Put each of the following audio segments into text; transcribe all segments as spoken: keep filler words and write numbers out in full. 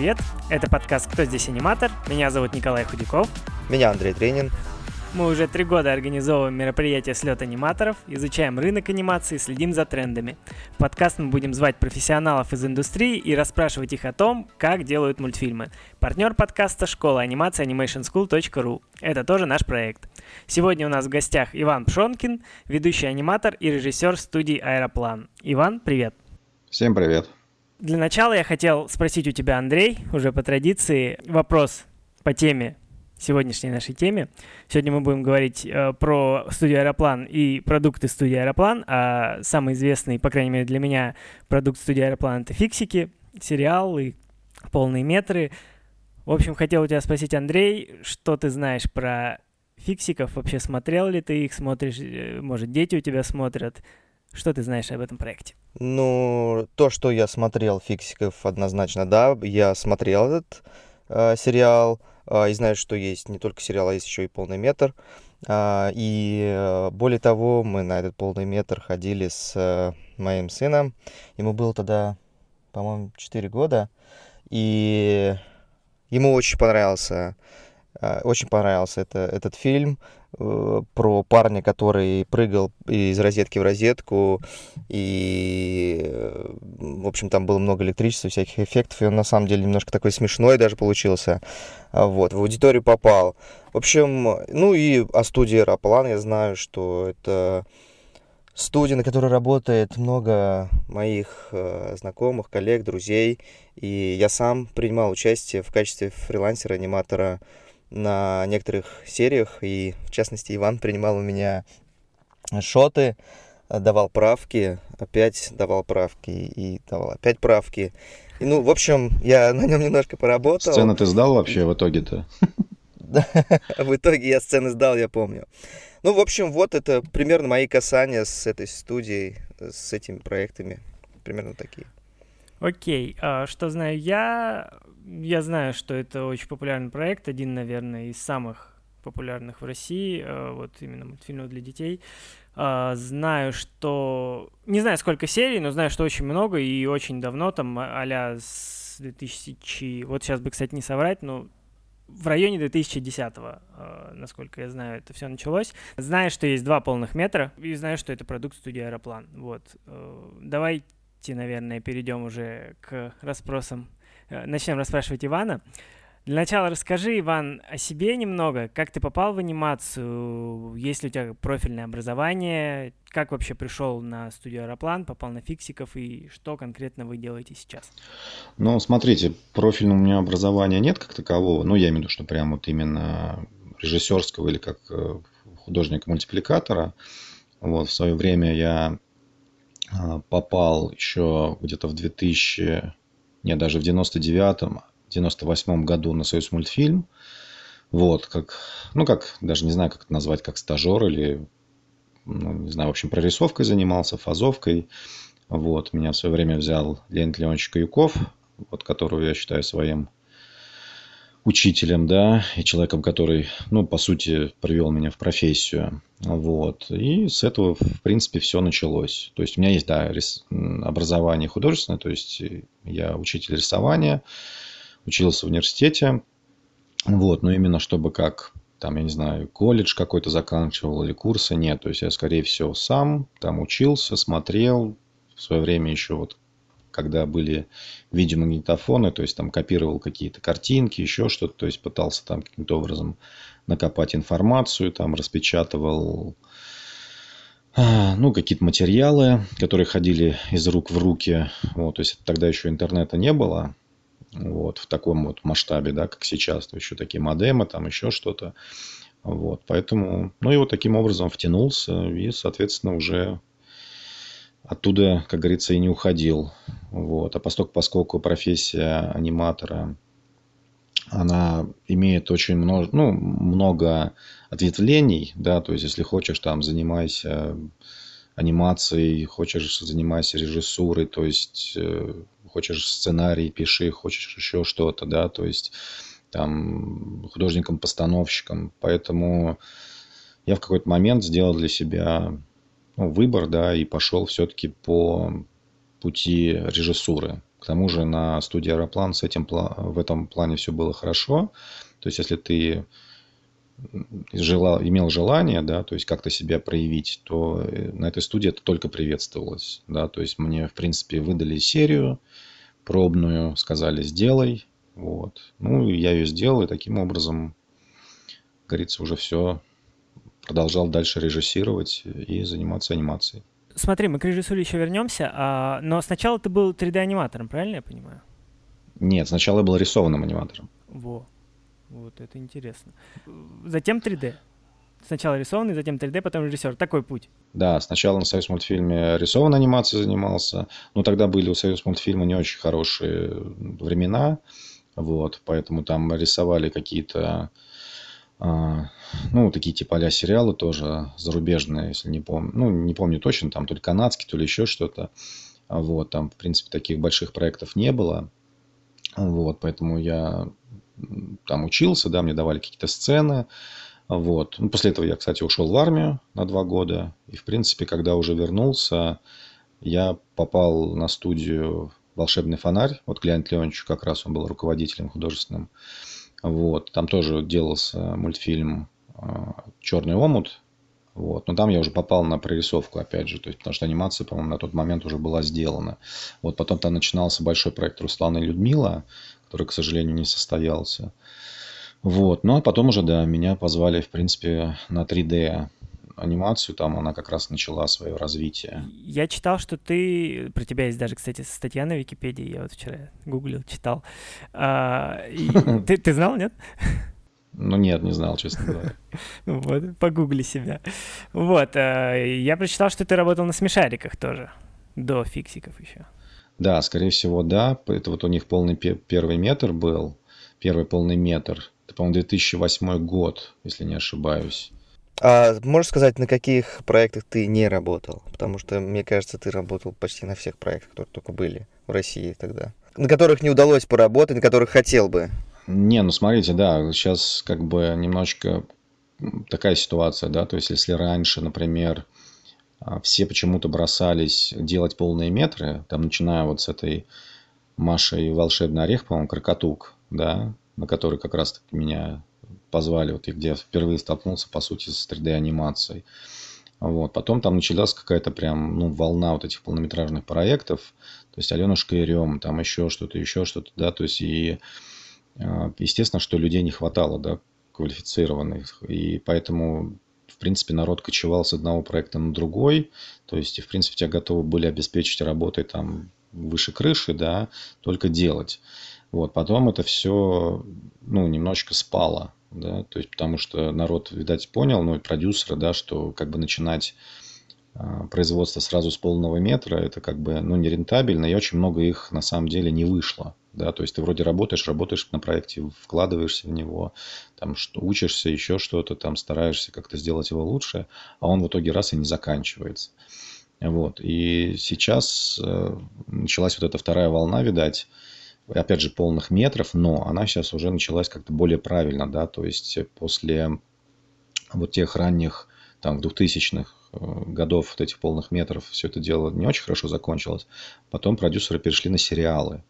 привет! Это подкаст «Кто здесь аниматор?». Меня зовут Николай Худяков. Меня Андрей Тренин. Мы уже три года организовываем мероприятия «Слет аниматоров», изучаем рынок анимации, следим за трендами. В подкаст мы будем звать профессионалов из индустрии и расспрашивать их о том, как делают мультфильмы. Партнер подкаста — школа анимации animation school точка ру. Это тоже наш проект. Сегодня у нас в гостях Иван Пшонкин, ведущий аниматор и режиссер студии «Аэроплан». Иван, привет! Всем привет! Для начала я хотел спросить у тебя, Андрей, уже по традиции, вопрос по теме, сегодняшней нашей теме. Сегодня мы будем говорить э, про студию «Аэроплан» и продукты студии «Аэроплан», а самый известный, по крайней мере для меня, продукт студии «Аэроплан» — это «Фиксики», сериал и полные метры. В общем, хотел у тебя спросить, Андрей, что ты знаешь про «Фиксиков», вообще смотрел ли ты их, смотришь, может, дети у тебя смотрят? Что ты знаешь об этом проекте? Ну, то, что я смотрел «Фиксиков», однозначно, да, я смотрел этот э, сериал, э, и знаю, что есть не только сериал, а есть еще и полный метр. Э, и э, более того, мы на этот полный метр ходили с э, моим сыном. Ему было тогда, по-моему, четыре года, и ему очень понравился, э, очень понравился это, этот фильм про парня, который прыгал из розетки в розетку, и, в общем, там было много электричества, всяких эффектов, и он, на самом деле, немножко такой смешной даже получился, вот, в аудиторию попал. В общем, ну и о студии «Аэроплан» я знаю, что это студия, на которой работает много моих э, знакомых, коллег, друзей, и я сам принимал участие в качестве фрилансера-аниматора на некоторых сериях, и в частности Иван принимал у меня шоты, давал правки, опять давал правки и давал опять правки. И, ну, в общем, я на нем немножко поработал. Сцены ты сдал вообще в итоге-то? В итоге я сцены сдал, я помню. Ну, в общем, вот это примерно мои касания с этой студией, с этими проектами. Примерно такие. Окей, а что знаю я? Я знаю, что это очень популярный проект, один, наверное, из самых популярных в России, вот именно мультфильмов для детей. Знаю, что... Не знаю, сколько серий, но знаю, что очень много и очень давно, там, а-ля с две тысячи... Вот сейчас бы, кстати, не соврать, но в районе две тысячи десятого, насколько я знаю, это все началось. Знаю, что есть два полных метра, и знаю, что это продукт студии «Аэроплан». Вот. Давайте, наверное, перейдем уже к расспросам. Начнем расспрашивать Ивана. Для начала расскажи, Иван, о себе немного. Как ты попал в анимацию? Есть ли у тебя профильное образование? Как вообще пришел на студию «Аэроплан», попал на «Фиксиков» и что конкретно вы делаете сейчас? Ну, смотрите, профильного у меня образования нет как такового. Ну, я имею в виду, что прям вот именно режиссерского или как художника-мультипликатора. Вот, в свое время я попал еще где-то в двухтысячном, нет, даже в девяносто девятом, девяносто восьмом году на Союзмультфильм. Вот, как, ну, как, даже не знаю, как это назвать, как стажер или, ну, не знаю, в общем, прорисовкой занимался, фазовкой. Вот, меня в свое время взял Леонид Леонович Каюков, вот, которого я считаю своим учителем, да, и человеком, который, ну, по сути, привел меня в профессию. Вот. И с этого, в принципе, все началось. То есть, у меня есть, да, рис... образование художественное, то есть, я учитель рисования, учился в университете. Вот. Но именно чтобы как, там, я не знаю, колледж какой-то заканчивал или курсы, нет. То есть, я, скорее всего, сам там учился, смотрел. В свое время еще вот когда были видеомагнитофоны, то есть там копировал какие-то картинки, еще что-то, то есть пытался там каким-то образом накопать информацию, там распечатывал, ну, какие-то материалы, которые ходили из рук в руки. Вот, то есть тогда еще интернета не было, вот, в таком вот масштабе, да, как сейчас, то еще такие модемы, там еще что-то. Вот, поэтому, ну, и вот таким образом втянулся и, соответственно, уже оттуда, как говорится, и не уходил. Вот. А поскольку, поскольку профессия аниматора, она имеет очень много, ну, много ответвлений, да, то есть, если хочешь, там, занимайся анимацией, хочешь, занимайся режиссурой, то есть, хочешь сценарий, пиши, хочешь еще что-то, да, то есть, там, художником-постановщиком. Поэтому я в какой-то момент сделал для себя, ну, выбор, да, и пошел все-таки по пути режиссуры. К тому же на студии «Аэроплан» с этим, в этом плане все было хорошо. То есть, если ты желал, имел желание, да, то есть как-то себя проявить, то на этой студии это только приветствовалось. Да, то есть мне, в принципе, выдали серию пробную, сказали «сделай». Вот. Ну, я ее сделал, и таким образом, как говорится, уже все продолжал дальше режиссировать и заниматься анимацией. Смотри, мы к режиссуре еще вернемся, а, но сначала ты был три дэ-аниматором, правильно я понимаю? Нет, сначала я был рисованным аниматором. Во, вот это интересно. Затем три дэ. Сначала рисованный, затем три дэ, потом режиссер. Такой путь. Да, сначала на Союзмультфильме рисованной анимацией занимался, но тогда были у Союзмультфильма не очень хорошие времена, вот, поэтому там рисовали какие-то, а, ну, такие типа а-ля сериалы тоже зарубежные, если не помню, ну, не помню точно, там то ли канадские, то ли еще что-то, вот, там, в принципе, таких больших проектов не было, вот, поэтому я там учился, да, мне давали какие-то сцены. Вот. Ну, после этого я, кстати, ушел в армию на два года. И, в принципе, когда уже вернулся, я попал на студию «Волшебный фонарь». Вот к Леониду Леонидовичу как раз он был руководителем художественным. Вот. Там тоже делался мультфильм «Черный омут». Вот. Но там я уже попал на прорисовку, опять же. То есть, потому что анимация, по-моему, на тот момент уже была сделана. Вот потом там начинался большой проект «Руслан и Людмила», который, к сожалению, не состоялся. Вот. Ну, а потом уже, да, меня позвали, в принципе, на три дэ анимацию. Там она как раз начала свое развитие. Я читал, что ты... Про тебя есть даже, кстати, статья на Википедии. Я вот вчера гуглил, читал. А, и... ты, ты знал, нет? Ну, нет, не знал, честно говоря. Вот, погугли себя. Вот. Я прочитал, что ты работал на смешариках тоже. До фиксиков еще. Да, скорее всего, да. Это вот у них полный первый метр был. Первый полный метр. Это, по-моему, две тысячи восьмой год, если не ошибаюсь. А можешь сказать, на каких проектах ты не работал? Потому что, мне кажется, ты работал почти на всех проектах, которые только были в России тогда. На которых не удалось поработать, на которых хотел бы. Не, ну смотрите, да, сейчас как бы немножечко такая ситуация, да. То есть, если раньше, например, все почему-то бросались делать полные метры, там, начиная вот с этой Машей «Волшебный орех», по-моему, «Крокотук», да, на который как раз-таки меня позвали, вот, и где я впервые столкнулся, по сути, с три дэ-анимацией. Вот. Потом там началась какая-то прям, ну, волна вот этих полнометражных проектов. То есть, Аленушка и Рем, там еще что-то, еще что-то, да, то есть, и естественно, что людей не хватало, да, квалифицированных, и поэтому, в принципе, народ кочевал с одного проекта на другой, то есть, и, в принципе, тебя готовы были обеспечить работой там выше крыши, да, только делать. Вот, потом это все, ну, немножечко спало, да, то есть, потому что народ, видать, понял, ну, и продюсеры, да, что как бы начинать а, производство сразу с полного метра, это как бы, ну, нерентабельно, и очень много их на самом деле не вышло, да, то есть, ты вроде работаешь, работаешь на проекте, вкладываешься в него, там, что, учишься, еще что-то, там, стараешься как-то сделать его лучше, а он в итоге раз и не заканчивается. Вот. И сейчас э, началась вот эта вторая волна, видать, опять же, полных метров, но она сейчас уже началась как-то более правильно, да, то есть после вот тех ранних, там, двухтысячных годов вот этих полных метров все это дело не очень хорошо закончилось. Потом продюсеры перешли на сериалы.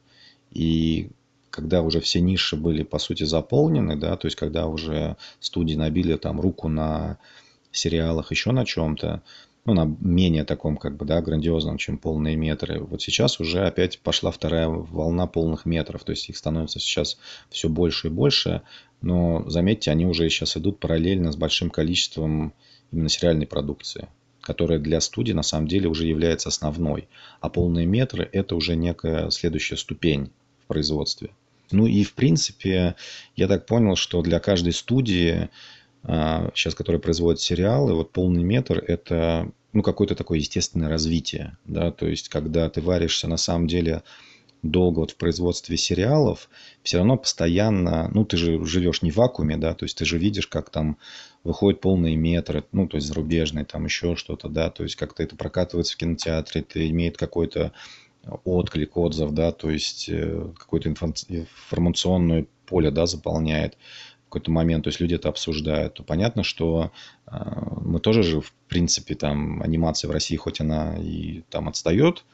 И когда уже все ниши были, по сути, заполнены, да, то есть когда уже студии набили там руку на сериалах, еще на чем-то, ну, на менее таком, как бы, да, грандиозном, чем полные метры. Вот сейчас уже опять пошла вторая волна полных метров. То есть их становится сейчас все больше и больше. Но, заметьте, они уже сейчас идут параллельно с большим количеством именно сериальной продукции, которая для студии на самом деле уже является основной. А полные метры – это уже некая следующая ступень в производстве. Ну и, в принципе, я так понял, что для каждой студии, сейчас, которая производит сериалы, вот полный метр – это, ну, какое-то такое естественное развитие, да, то есть, когда ты варишься на самом деле долго вот в производстве сериалов, все равно постоянно, ну, ты же живешь не в вакууме, да, то есть, ты же видишь, как там выходят полные метры, ну, то есть, зарубежные, там еще что-то, да, то есть, как-то это прокатывается в кинотеатре, это имеет какой-то отклик, отзыв, да, то есть, какое-то информационное поле, да, заполняет в какой-то момент, то есть люди это обсуждают, то понятно, что э, мы тоже же, в принципе, там, анимация в России, хоть она и там отстает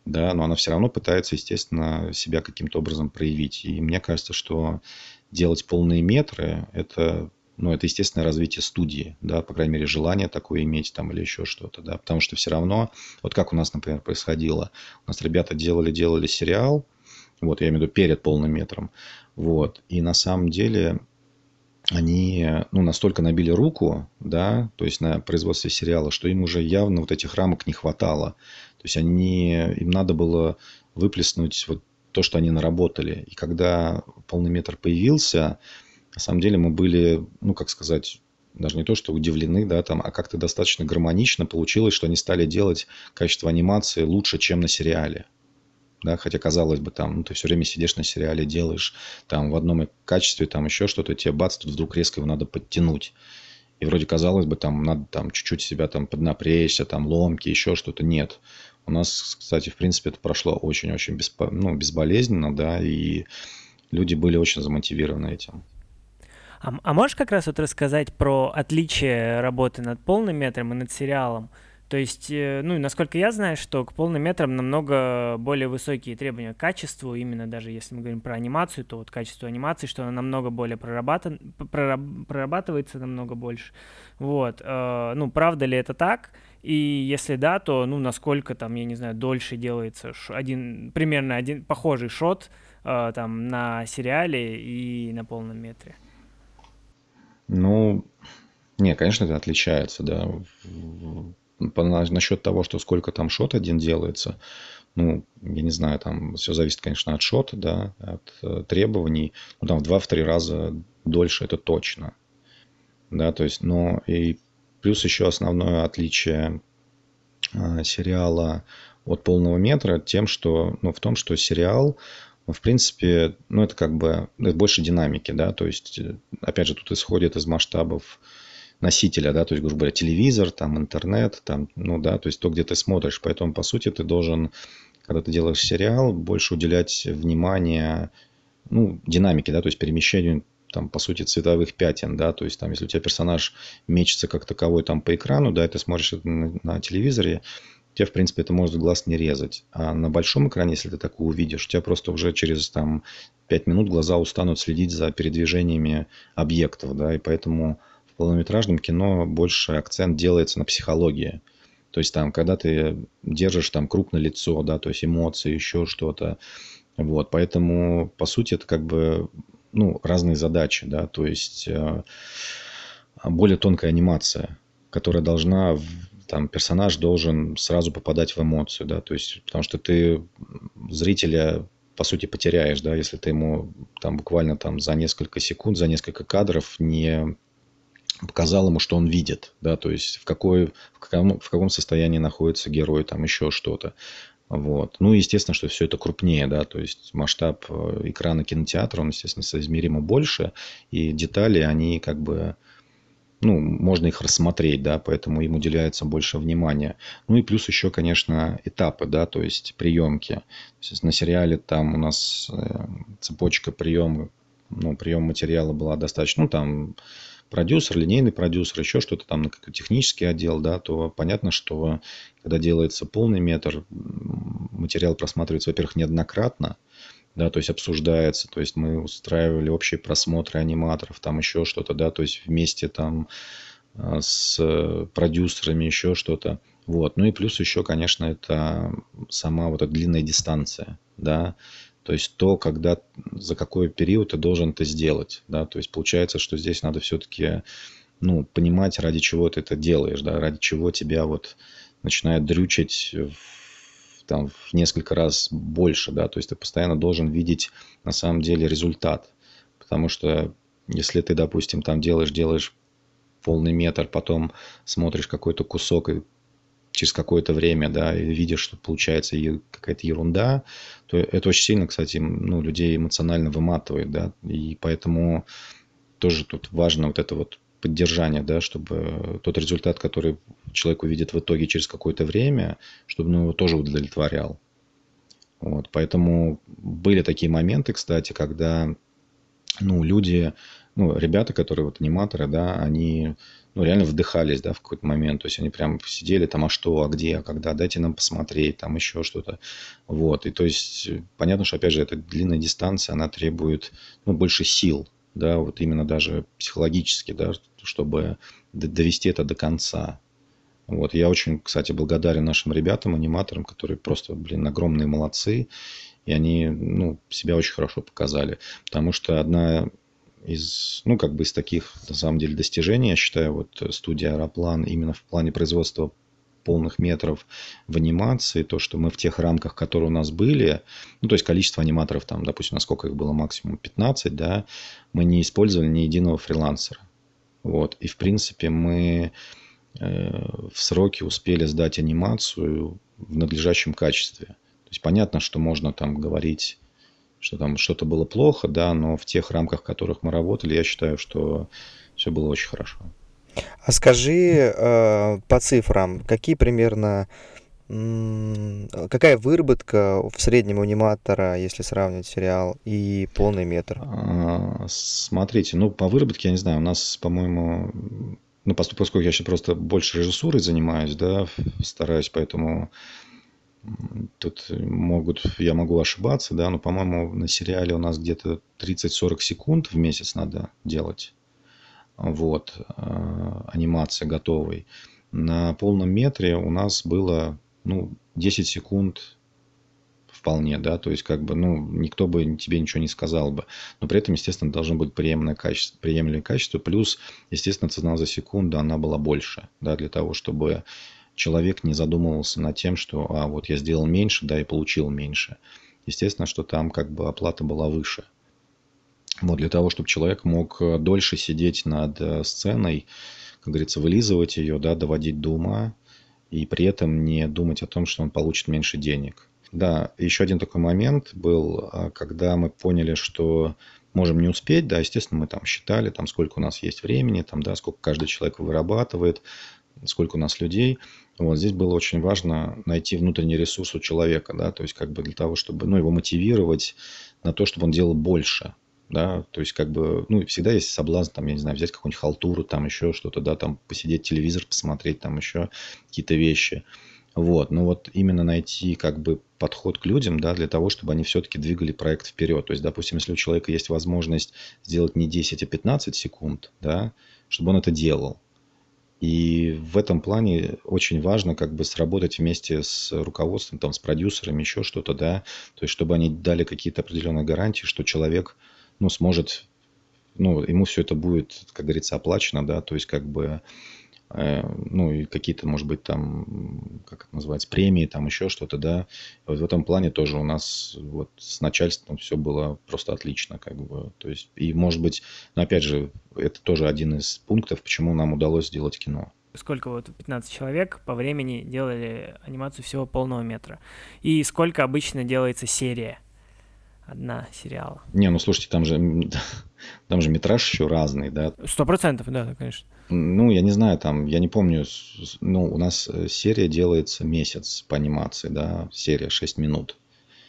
да, но она все равно пытается, естественно, себя каким-то образом проявить. И мне кажется, что делать полные метры – это, ну, это естественное развитие студии, да, по крайней мере, желание такое иметь там или еще что-то, да, потому что все равно, вот как у нас, например, происходило, у нас ребята делали-делали сериал, вот, я имею в виду перед полным метром, вот, и на самом деле они, ну, настолько набили руку, да, то есть на производстве сериала, что им уже явно вот этих рамок не хватало. То есть они, им надо было выплеснуть вот то, что они наработали. И когда полный метр появился, на самом деле мы были, ну, как сказать, даже не то, что удивлены, да, там, а как-то достаточно гармонично получилось, что они стали делать качество анимации лучше, чем на сериале. Да, хотя, казалось бы, там, ну, ты все время сидишь на сериале, делаешь там в одном качестве, там еще что-то, тебе бац, тут вдруг резко его надо подтянуть. И вроде казалось бы, там надо там чуть-чуть себя там поднапрячься, там ломки, еще что-то. Нет. У нас, кстати, в принципе, это прошло очень-очень беспо... ну, безболезненно, да, и люди были очень замотивированы этим. А, а можешь как раз вот рассказать про отличие работы над полным метром и над сериалом? То есть, э, ну, насколько я знаю, что к полным метрам намного более высокие требования к качеству, именно даже если мы говорим про анимацию, то вот качество анимации, что она намного более прорабатан, прораб- прорабатывается намного больше. Вот, э, ну, правда ли это так? И если да, то, ну, насколько там, я не знаю, дольше делается ш- один, примерно один похожий шот э, там на сериале и на полном метре? Ну, не, конечно, это отличается, да. В- по- насчет того, что сколько там шот один делается, ну, я не знаю, там все зависит, конечно, от шота, да, от э, требований. Ну, там в два-три раза дольше, это точно. Да, то есть, но и плюс еще основное отличие э, сериала от полного метра тем, что, ну, в том, что сериал, ну, в принципе, ну, это как бы это больше динамики, да, то есть, э, опять же, тут исходит из масштабов носителя, да, то есть, грубо говоря, телевизор, там, интернет, там, ну, да, то есть то, где ты смотришь. Поэтому, по сути, ты должен, когда ты делаешь сериал, больше уделять внимание, ну, динамике, да, то есть перемещению, там, по сути, цветовых пятен, да, то есть, там, если у тебя персонаж мечется как таковой там по экрану, да, и ты смотришь это на, на телевизоре, тебе, в принципе, это может глаз не резать. А на большом экране, если ты такое увидишь, у тебя просто уже через, там, пять минут глаза устанут следить за передвижениями объектов, да, и поэтому в полнометражном кино больше акцент делается на психологии. То есть, там, когда ты держишь там крупное лицо, да, то есть эмоции, еще что-то, вот, поэтому, по сути, это как бы, ну, разные задачи, да, то есть э, более тонкая анимация, которая должна, в- там, персонаж должен сразу попадать в эмоцию, да, то есть, потому что ты зрителя, по сути, потеряешь, да, если ты ему там буквально там за несколько секунд, за несколько кадров не показал ему, что он видит, да, то есть в какой, в каком, в каком состоянии находится герой, там еще что-то. Вот. Ну, естественно, что все это крупнее, да, то есть масштаб э, экрана кинотеатра, он, естественно, соизмеримо больше, и детали, они как бы, ну, можно их рассмотреть, да, поэтому им уделяется больше внимания. Ну и плюс еще, конечно, этапы, да, то есть приемки. То есть на сериале там у нас э, цепочка приема, ну, прием материала была достаточно, ну, там продюсер, линейный продюсер, еще что-то там, на какой-то технический отдел, да, то понятно, что когда делается полный метр, м, материал просматривается, во-первых, неоднократно, да, то есть обсуждается, то есть мы устраивали общие просмотры аниматоров, там еще что-то, да, то есть вместе там а, с э, продюсерами еще что-то. Вот. Ну и плюс еще, конечно, это сама вот эта длинная дистанция, да, то есть то, когда, за какой период ты должен это сделать, да, то есть получается, что здесь надо все-таки, ну, понимать, ради чего ты это делаешь, да, ради чего тебя вот начинает дрючить в, там, в несколько раз больше, да, то есть ты постоянно должен видеть на самом деле результат, потому что если ты, допустим, там делаешь, делаешь полный метр, потом смотришь какой-то кусок и через какое-то время, да, и видишь, что получается е- какая-то ерунда, то это очень сильно, кстати, м, ну, людей эмоционально выматывает, да, и поэтому тоже тут важно вот это вот поддержание, да, чтобы тот результат, который человек увидит в итоге через какое-то время, чтобы, ну, его тоже удовлетворял. Вот, поэтому были такие моменты, кстати, когда, ну, люди ну, ребята, которые вот аниматоры, да, они, ну, реально вдыхались, да, в какой-то момент. То есть они прям сидели там, а что, а где, а когда, дайте нам посмотреть, там еще что-то. Вот. И то есть понятно, что, опять же, эта длинная дистанция, она требует, ну, больше сил, да, вот именно даже психологически, да, чтобы д- довести это до конца. Вот. Я очень, кстати, благодарен нашим ребятам, аниматорам, которые просто, блин, огромные молодцы. И они, ну, себя очень хорошо показали. Потому что одна из, ну, как бы из таких, на самом деле, достижений, я считаю, вот студия «Аэроплан» именно в плане производства полных метров в анимации, то, что мы в тех рамках, которые у нас были, ну, то есть количество аниматоров, там, допустим, насколько их было максимум пятнадцать, да, мы не использовали ни единого фрилансера. Вот. И, в принципе, мы э, в сроки успели сдать анимацию в надлежащем качестве. То есть понятно, что можно там говорить, что там что-то было плохо, да, но в тех рамках, в которых мы работали, я считаю, что все было очень хорошо. А скажи э, по цифрам, какие примерно, м, какая выработка в среднем у аниматора, если сравнивать сериал и полный метр? А, Смотрите, ну, по выработке, я не знаю, у нас, по-моему, ну, пос- поскольку я сейчас просто больше режиссурой занимаюсь, да, ф- стараюсь, поэтому м, тут могут, я могу ошибаться, да, но, по-моему, на сериале у нас где-то тридцать-сорок секунд в месяц надо делать. Вот, э, анимация готовой. На полном метре у нас было, ну, десять секунд вполне, да, то есть как бы, ну, никто бы тебе ничего не сказал бы, но при этом, естественно, должно быть приемлемое качество, приемлемое качество, плюс, естественно, цена за секунду, она была больше, да, для того, чтобы человек не задумывался над тем, что, а, вот я сделал меньше, да, и получил меньше. Естественно, что там как бы оплата была выше. Вот для того, чтобы человек мог э, дольше сидеть над э, сценой, как говорится, вылизывать ее, да, доводить до ума, и при этом не думать о том, что он получит меньше денег. Да, еще один такой момент был, а, когда мы поняли, что можем не успеть, да, естественно, мы там считали, там, сколько у нас есть времени, там, да, сколько каждый человек вырабатывает, сколько у нас людей. Вот здесь было очень важно найти внутренний ресурс у человека, да, то есть как бы для того, чтобы, ну, его мотивировать на то, чтобы он делал больше, да, то есть как бы, ну, всегда есть соблазн, там, я не знаю, взять какую-нибудь халтуру, там, еще что-то, да, там, посидеть телевизор, посмотреть, там, еще какие-то вещи. Вот, но вот именно найти как бы подход к людям, да, для того, чтобы они все-таки двигали проект вперед. То есть, допустим, если у человека есть возможность сделать не десять, а пятнадцать секунд, да, чтобы он это делал. И в этом плане очень важно как бы сработать вместе с руководством, там, с продюсерами, еще что-то, да, то есть чтобы они дали какие-то определенные гарантии, что человек, ну, сможет, ну, ему все это будет, как говорится, оплачено, да, то есть как бы, э, ну, и какие-то, может быть, там, как это называется, премии, там, еще что-то, да. И вот в этом плане тоже у нас вот с начальством все было просто отлично, как бы, то есть, и, может быть, но опять же, это тоже один из пунктов, почему нам удалось сделать кино. Сколько вот пятнадцать человек по времени делали анимацию всего полного метра? И сколько обычно делается серия? Одна сериала. Не, ну слушайте, там же, там же метраж еще разный, да. Сто процентов, да, конечно. Ну, я не знаю, там, я не помню, с- ну, у нас э, серия делается месяц по анимации, да, серия шесть минут.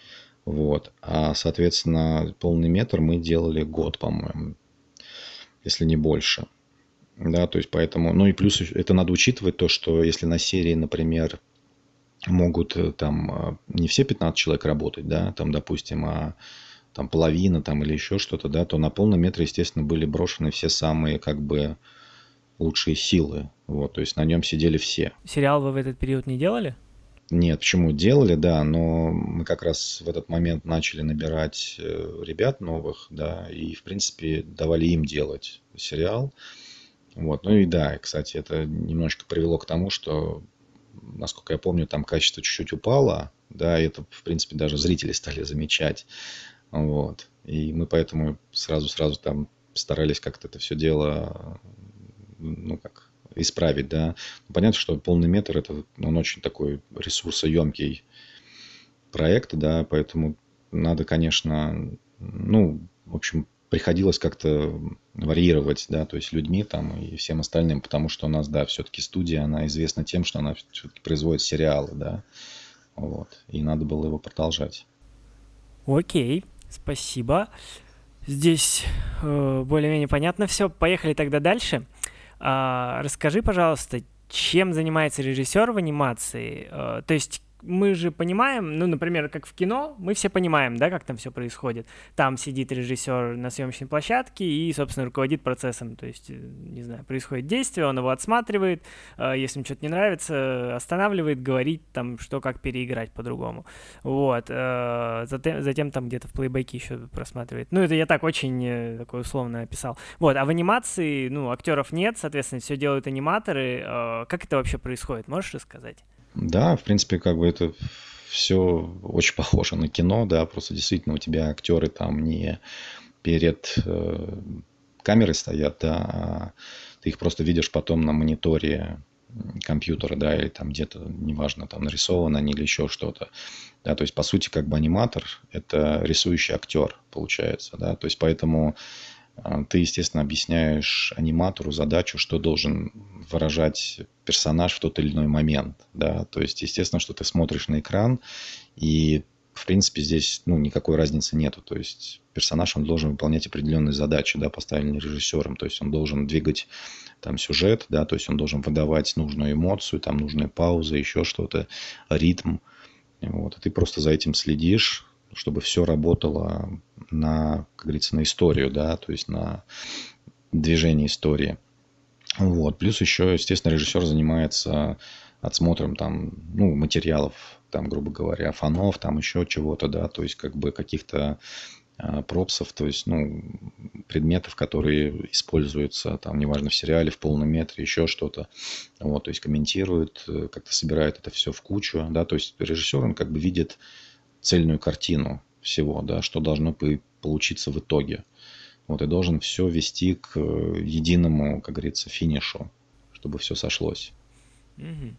Вот. А, соответственно, полный метр мы делали год, по-моему, если не больше. Да, то есть поэтому, ну и плюс ещё- это надо учитывать то, что если на серии, например, могут э, там э, не все пятнадцать человек работать, да, там, допустим, а там половина там или еще что-то, да, то на полном метре, естественно, были брошены все самые как бы лучшие силы. Вот, то есть на нем сидели все. Сериал вы в этот период не делали? Нет, почему делали, да, но мы как раз в этот момент начали набирать э, ребят новых, да, и, в принципе, давали им делать сериал. Вот, ну и да, кстати, это немножечко привело к тому, что, насколько я помню, там качество чуть-чуть упало, да, и это, в принципе, даже зрители стали замечать. Вот. И мы поэтому сразу-сразу там старались как-то это все дело, ну, как исправить, да. Ну, понятно, что полный метр это, он очень такой ресурсоемкий проект, да, поэтому надо, конечно, ну, в общем, приходилось как-то варьировать, да, то есть людьми там и всем остальным, потому что у нас, да, все-таки студия, она известна тем, что она все-таки производит сериалы, да, вот, и надо было его продолжать. Окей, спасибо. Здесь э, более-менее понятно все. Поехали тогда дальше. А, расскажи, пожалуйста, чем занимается режиссер в анимации? Э, то есть мы же понимаем, ну, например, как в кино, мы все понимаем, да, как там все происходит. Там сидит режиссер на съемочной площадке и, собственно, руководит процессом. То есть, не знаю, происходит действие, он его отсматривает, если ему что-то не нравится, останавливает, говорит там, что как переиграть по-другому. Вот. Затем, затем там где-то в плейбеке еще просматривает. Ну, это я так очень такой условно описал. Вот. А в анимации, ну, актеров нет, соответственно, все делают аниматоры. Как это вообще происходит? Можешь рассказать? Да, в принципе, как бы это все очень похоже на кино, да, просто действительно у тебя актеры там не перед э, камерой стоят, да, а ты их просто видишь потом на мониторе компьютера, да, или там где-то, неважно, там нарисовано они или еще что-то. Да, то есть, по сути, как бы аниматор – это рисующий актер, получается, да, то есть, поэтому ты, естественно, объясняешь аниматору задачу, что должен выражать персонаж в тот или иной момент. Да? То есть, естественно, что ты смотришь на экран, и, в принципе, здесь ну, никакой разницы нету. То есть, персонаж, он должен выполнять определенные задачи, да, поставленные режиссером. То есть, он должен двигать там, сюжет, да, то есть, он должен выдавать нужную эмоцию, там, нужные паузы, еще что-то, ритм. Вот. И ты просто за этим следишь, чтобы все работало на, как говорится, на историю, да, то есть на движение истории. Вот. Плюс еще, естественно, режиссер занимается отсмотром там, ну, материалов, там, грубо говоря, фонов, там еще чего-то, да, то есть как бы каких-то а, пропсов, то есть, ну, предметов, которые используются, там, неважно, в сериале, в полном метре, еще что-то. Вот, то есть комментирует, как-то собирает это все в кучу, да, то есть режиссер, он как бы видит цельную картину всего, да, что должно получиться в итоге. Вот, и должен все вести к единому, как говорится, финишу, чтобы все сошлось. Mm-hmm.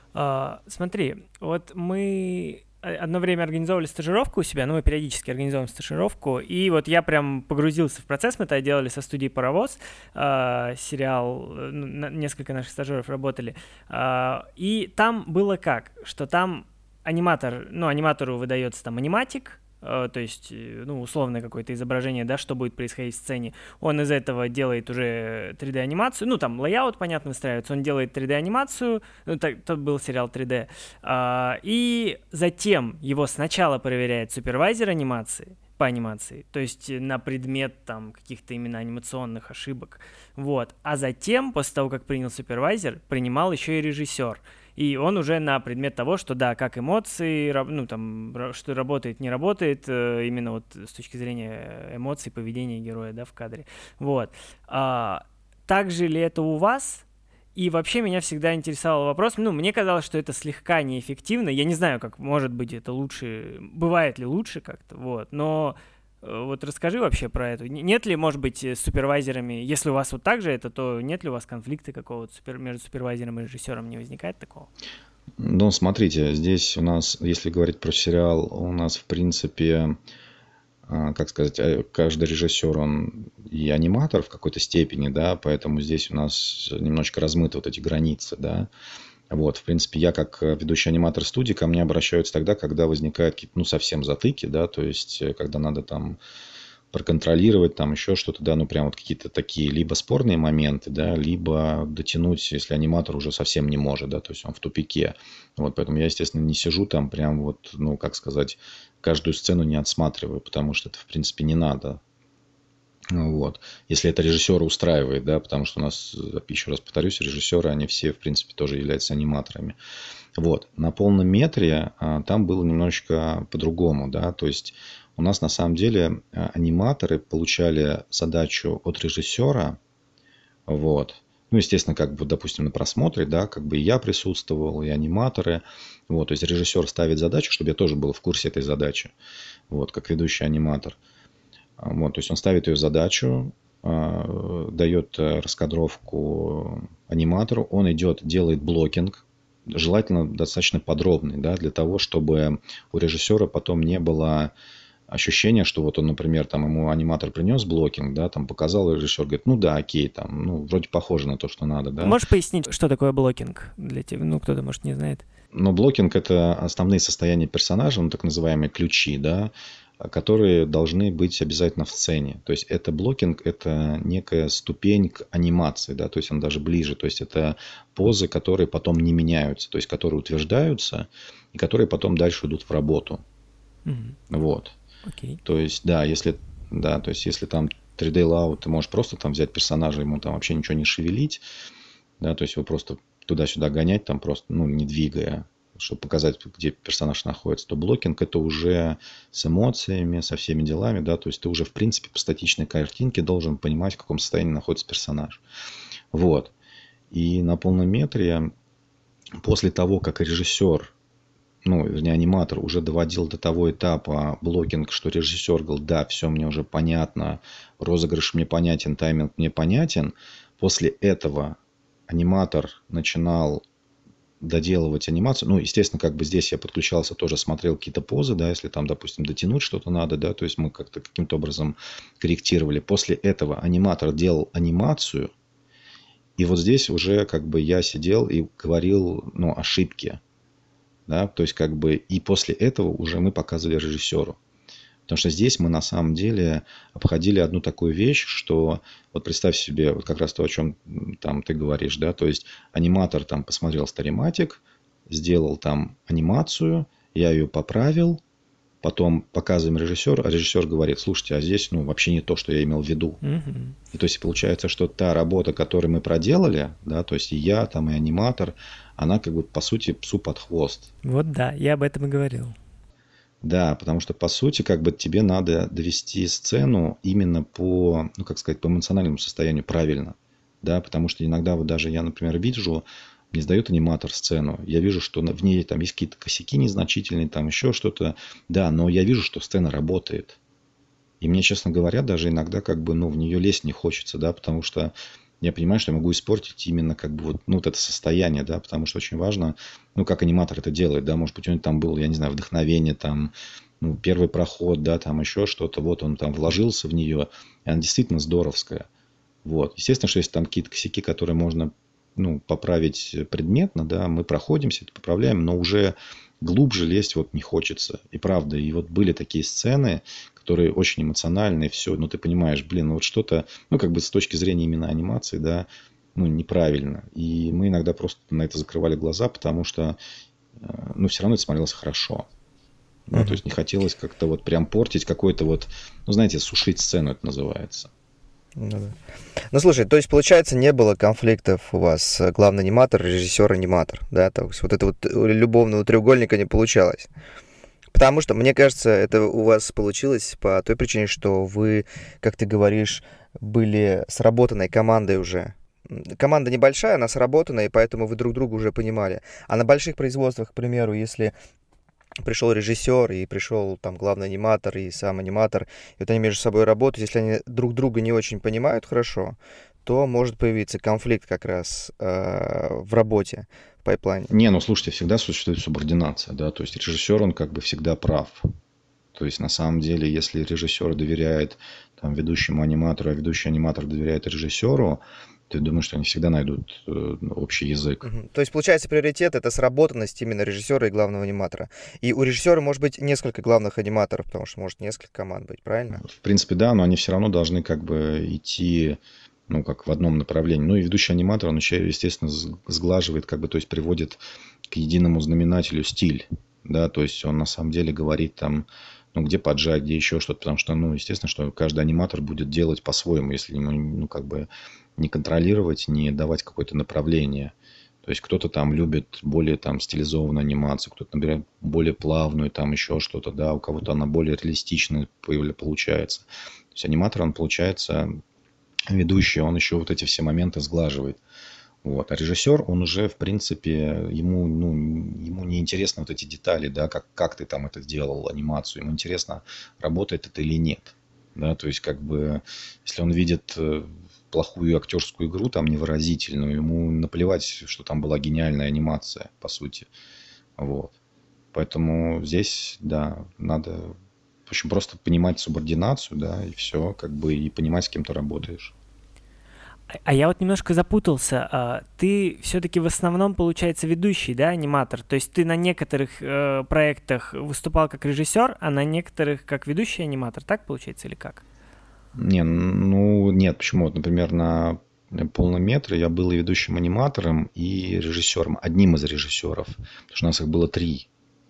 А, смотри, вот мы одно время организовывали стажировку у себя, ну, мы периодически организовываем стажировку, и вот я прям погрузился в процесс, мы это делали со студией «Паровоз», э, сериал, ну, несколько наших стажеров работали, э, и там было как, что там аниматор, ну, аниматору выдается там аниматик, э, то есть, ну, условное какое-то изображение, да, что будет происходить в сцене. Он из этого делает уже три дэ-анимацию, ну, там лейаут, понятно, выстраивается, он делает три дэ-анимацию, ну, так, тот был сериал три дэ, э, и затем его сначала проверяет супервайзер анимации, по анимации, то есть на предмет там каких-то именно анимационных ошибок, вот, а затем, после того, как принял супервайзер, принимал еще и режиссер. И он уже на предмет того, что да, как эмоции, ну там, что работает, не работает, именно вот с точки зрения эмоций, поведения героя, да, в кадре. Вот. А, так же ли это у вас? И вообще меня всегда интересовал вопрос, ну, мне казалось, что это слегка неэффективно, я не знаю, как, может быть, это лучше, бывает ли лучше как-то, вот, но вот расскажи вообще про это. Нет ли, может быть, с супервайзерами, если у вас вот так же это, то нет ли у вас конфликта какого-то супер, между супервайзером и режиссером, не возникает такого? Ну, смотрите, здесь у нас, если говорить про сериал, у нас, в принципе, как сказать, каждый режиссер, он и аниматор в какой-то степени, да, поэтому здесь у нас немножечко размыты вот эти границы, да. Вот, в принципе, я как ведущий аниматор студии, ко мне обращаются тогда, когда возникают какие-то, ну, совсем затыки, да, то есть, когда надо там проконтролировать, там еще что-то, да, ну, прям вот какие-то такие либо спорные моменты, да, либо дотянуть, если аниматор уже совсем не может, да, то есть он в тупике. Вот, поэтому я, естественно, не сижу там прям вот, ну, как сказать, каждую сцену не отсматриваю, потому что это, в принципе, не надо. Вот. Если это режиссера устраивает, да, потому что у нас, еще раз повторюсь, режиссеры, они все, в принципе, тоже являются аниматорами. Вот. На полном метре а, там было немножечко по-другому, да, то есть у нас на самом деле аниматоры получали задачу от режиссера, вот. Ну, естественно, как бы, допустим, на просмотре, да, как бы и я присутствовал, и аниматоры, вот, то есть режиссер ставит задачу, чтобы я тоже был в курсе этой задачи, вот, как ведущий аниматор. Вот, то есть он ставит ее задачу, э, дает раскадровку аниматору, он идет, делает блокинг, желательно достаточно подробный, да, для того, чтобы у режиссера потом не было ощущения, что вот он, например, там ему аниматор принес блокинг, да, там показал, и режиссер говорит, ну да, окей, там, ну, вроде похоже на то, что надо, да. Можешь пояснить, что такое блокинг для тебя? Ну, кто-то, может, не знает. Но блокинг – это основные состояния персонажа, ну, так называемые ключи, да. которые должны быть обязательно в сцене. То есть это блокинг, это некая ступень к анимации, да, то есть он даже ближе. То есть это позы, которые потом не меняются, то есть которые утверждаются и которые потом дальше идут в работу. Мгм. Вот. Окей. То есть, да, если, да, то есть если там три дэ layout, ты можешь просто там взять персонажа, ему там вообще ничего не шевелить, да, то есть его просто туда-сюда гонять, там просто, ну, не двигая, чтобы показать, где персонаж находится, то блокинг это уже с эмоциями, со всеми делами, да, то есть ты уже, в принципе, по статичной картинке должен понимать, в каком состоянии находится персонаж. Вот. И на полном метре, после того, как режиссер, ну, вернее, аниматор уже доводил до того этапа блокинг, что режиссер говорил, да, все мне уже понятно, розыгрыш мне понятен, тайминг мне понятен. После этого аниматор начинал доделывать анимацию. Ну, естественно, как бы здесь я подключался, тоже смотрел какие-то позы, да, если там, допустим, дотянуть что-то надо, да, то есть мы как-то каким-то образом корректировали. После этого аниматор делал анимацию, и вот здесь уже как бы я сидел и говорил, ну, ошибки, да, то есть как бы и после этого уже мы показывали режиссеру. Потому что здесь мы на самом деле обходили одну такую вещь, что вот представь себе, вот как раз то, о чем там ты говоришь, да, то есть аниматор там посмотрел стариматик, сделал там анимацию, я ее поправил, потом показываем режиссеру, а режиссер говорит, слушайте, а здесь ну вообще не то, что я имел в виду. Мгм. И то есть получается, что та работа, которую мы проделали, да, то есть и я там, и аниматор, она как бы по сути псу под хвост. Вот да, я об этом и говорил. Да, потому что, по сути, как бы тебе надо довести сцену именно по, ну, как сказать, по эмоциональному состоянию правильно. Да, потому что иногда вот даже я, например, вижу, мне сдает аниматор сцену, я вижу, что на- в ней там есть какие-то косяки незначительные, там еще что-то. Да, но я вижу, что сцена работает. И мне, честно говоря, даже иногда как бы, ну, в нее лезть не хочется, да, потому что я понимаю, что я могу испортить именно как бы вот, ну, вот это состояние, да, потому что очень важно, ну, как аниматор это делает, да, может быть, у него там был, я не знаю, вдохновение, там, ну, первый проход, да, там еще что-то, вот он там вложился в нее, и она действительно здоровская. Вот. Естественно, что есть там какие-то косяки, которые можно, ну, поправить предметно, да, мы проходимся, это поправляем, но уже глубже лезть вот не хочется. И правда, и вот были такие сцены, которые очень эмоциональные, все, ну, ты понимаешь, блин, ну, вот что-то, ну, как бы с точки зрения именно анимации, да, ну, неправильно. И мы иногда просто на это закрывали глаза, потому что, э, ну, все равно это смотрелось хорошо. Да, то Мгм. есть не хотелось как-то вот прям портить какой-то вот, ну, знаете, сушить сцену это называется. Ну да. Ну слушай, то есть получается не было конфликтов у вас э, главный аниматор, режиссер, аниматор, да, то есть вот это вот э, любовного треугольника не получалось. Потому что, мне кажется, это у вас получилось по той причине, что вы, как ты говоришь, были сработанной командой уже. М, Команда небольшая, она сработанная, и поэтому вы друг друга уже понимали. А на больших производствах, к примеру, если пришел режиссер и пришел там главный аниматор и сам аниматор, и вот они между собой работают, если они друг друга не очень понимают хорошо, то может появиться конфликт как раз э, в работе, в пайплайне. Не, ну слушайте, всегда существует субординация, да, то есть режиссер, он как бы всегда прав. То есть на самом деле, если режиссер доверяет там, ведущему аниматору, а ведущий аниматор доверяет режиссеру, то я думаю, что они всегда найдут э, общий язык. Мгм. То есть, получается, приоритет это сработанность именно режиссера и главного аниматора. И у режиссера может быть несколько главных аниматоров, потому что может несколько команд быть, правильно? В принципе, да, но они все равно должны как бы идти, ну, как в одном направлении. Ну, и ведущий аниматор, он еще, естественно, сг- сглаживает, как бы, то есть приводит к единому знаменателю стиль, да, то есть он на самом деле говорит там, ну, где поджать, где еще что-то, потому что, ну, естественно, что каждый аниматор будет делать по-своему, если ему, ну, как бы не контролировать, не давать какое-то направление. То есть кто-то там любит более там стилизованную анимацию, кто-то, например, более плавную, там еще что-то, да, у кого-то она более реалистичная появля- получается. То есть аниматор, он получается ведущий, он еще вот эти все моменты сглаживает. Вот. А режиссер, он уже, в принципе, ему, ну, ему не интересны вот эти детали, да, как, как ты там это сделал, анимацию. Ему интересно, работает это или нет. Да, то есть, как бы, если он видит э, плохую актерскую игру, там, невыразительную, ему наплевать, что там была гениальная анимация, по сути. Вот. Поэтому здесь, да, надо, в общем, просто понимать субординацию, да, и все, как бы, и понимать, с кем ты работаешь. А а я вот немножко запутался. А, Ты все-таки в основном, получается, ведущий, да, аниматор? То есть ты на некоторых э, проектах выступал как режиссер, а на некоторых как ведущий аниматор, так получается или как? Не, ну нет, почему? Вот, например, на полном метре я был и ведущим аниматором, и режиссером, одним из режиссеров, потому что у нас их было три.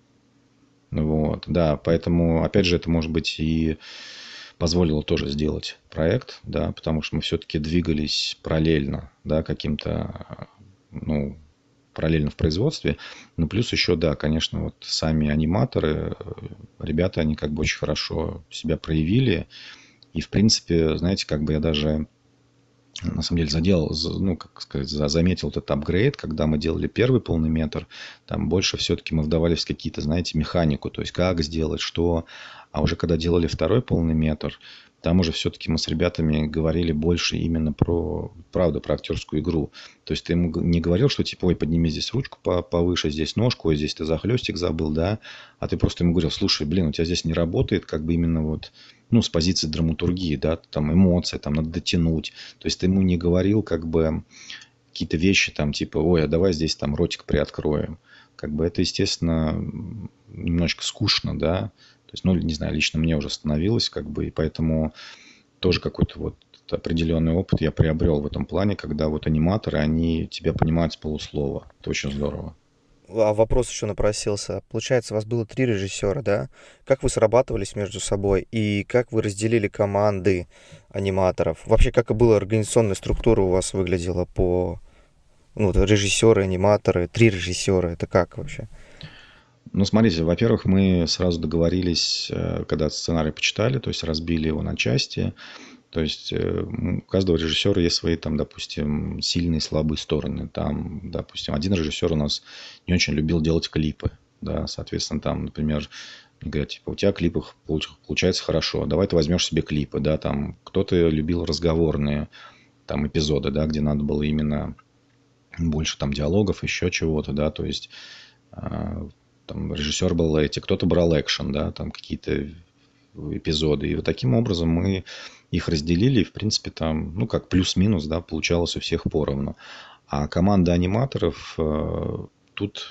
Вот, да, поэтому, опять же, это, может быть, и позволило тоже сделать проект, да, потому что мы все-таки двигались параллельно, да, каким-то, ну, параллельно в производстве. Ну, плюс еще, да, конечно, вот сами аниматоры, э, ребята, они как бы очень хорошо себя проявили. И, в принципе, знаете, как бы я даже на самом деле задел, за- ну, как сказать, за- заметил вот этот апгрейд, когда мы делали первый полный метр, там больше все-таки мы вдавались в какие-то, знаете, механику, то есть как сделать, что, а уже когда делали второй полный метр, там уже все-таки мы с ребятами говорили больше именно про, правда, про актерскую игру. То есть ты ему г- не говорил, что типа, ой, подними здесь ручку по- повыше, здесь ножку, ой, здесь ты захлестик забыл, да, а ты просто ему говорил, слушай, блин, у тебя здесь не работает, как бы именно вот, ну, с позиции драматургии, да, там эмоции, там надо дотянуть. То есть ты ему не говорил как бы какие-то вещи там типа, ой, а давай здесь там ротик приоткроем. Как бы это, естественно, м, немножечко скучно, да. То есть, ну, не знаю, лично мне уже становилось как бы, и поэтому тоже какой-то вот определенный опыт я приобрел в этом плане, когда вот аниматоры, они тебя понимают с полуслова. Это очень здорово. А вопрос еще напросился. Получается, у вас было три режиссера, да? Как вы срабатывались между собой и как вы разделили команды аниматоров? Вообще, как и была организационная структура у вас выглядела по, ну, вот режиссеры, аниматоры, три режиссера, это как вообще? Ну, смотрите, во-первых, мы сразу договорились, э, когда сценарий почитали, то есть разбили его на части. То есть э, м, у каждого режиссера есть свои, там, допустим, сильные и слабые стороны. Там, допустим, один режиссер у нас не очень любил делать клипы. Да, соответственно, там, например, мне говорят, типа, у тебя клипы получ- получается хорошо, давай ты возьмешь себе клипы, да, там, кто-то любил разговорные, там, эпизоды, да, где надо было именно больше там диалогов, еще чего-то, да, то есть а, там режиссер был эти, кто-то брал экшен, да, там какие-то эпизоды. И вот таким образом мы их разделили, и, в принципе, там, ну, как плюс-минус, да, получалось у всех поровну. А команда аниматоров э, тут,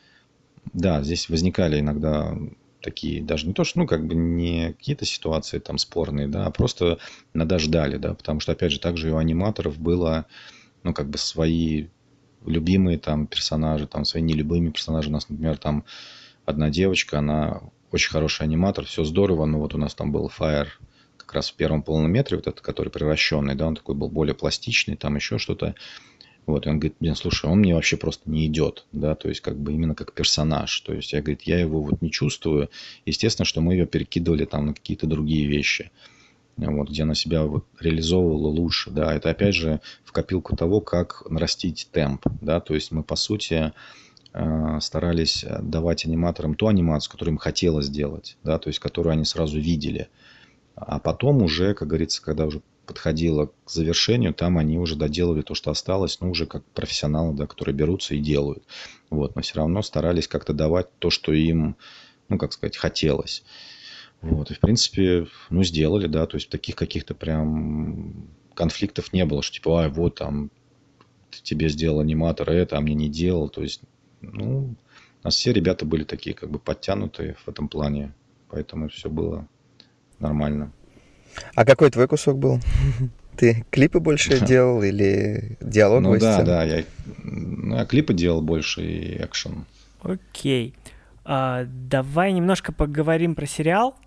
да, здесь возникали иногда такие, даже не то, что, ну, как бы не какие-то ситуации там спорные, да, а просто иногда ждали, да, потому что, опять же, также и у аниматоров было, ну, как бы свои любимые там персонажи, там свои нелюбимые персонажи. У нас, например, там одна девочка, она очень хороший аниматор, все здорово, но вот у нас там был Fire как раз в первом полном метре, вот этот, который превращенный, да, он такой был более пластичный, там еще что-то. Вот, и он говорит, блин, слушай, он мне вообще просто не идет, да, то есть как бы именно как персонаж. То есть я, говорит, я его вот не чувствую. Естественно, что мы ее перекидывали там на какие-то другие вещи, вот, где она себя вот реализовывала лучше, да, это опять же в копилку того, как нарастить темп, да, то есть мы, по сути, э, старались давать аниматорам ту анимацию, которую им хотелось сделать, да, то есть которую они сразу видели, а потом уже, как говорится, когда уже подходило к завершению, там они уже доделали то, что осталось, ну, уже как профессионалы, да, которые берутся и делают, вот, но все равно старались как-то давать то, что им, ну, как сказать, хотелось. Вот, и, в принципе, ну, сделали, да, то есть таких каких-то прям конфликтов не было, что типа, ай, вот там тебе сделал аниматор это, а мне не делал, то есть, ну, у нас все ребята были такие как бы подтянутые в этом плане, поэтому все было нормально. А какой твой кусок был? Ты клипы больше делал или Ну диалоговые да, сцены? да, я, ну, я клипы делал больше и экшен. Окей. А, давай немножко поговорим про сериал.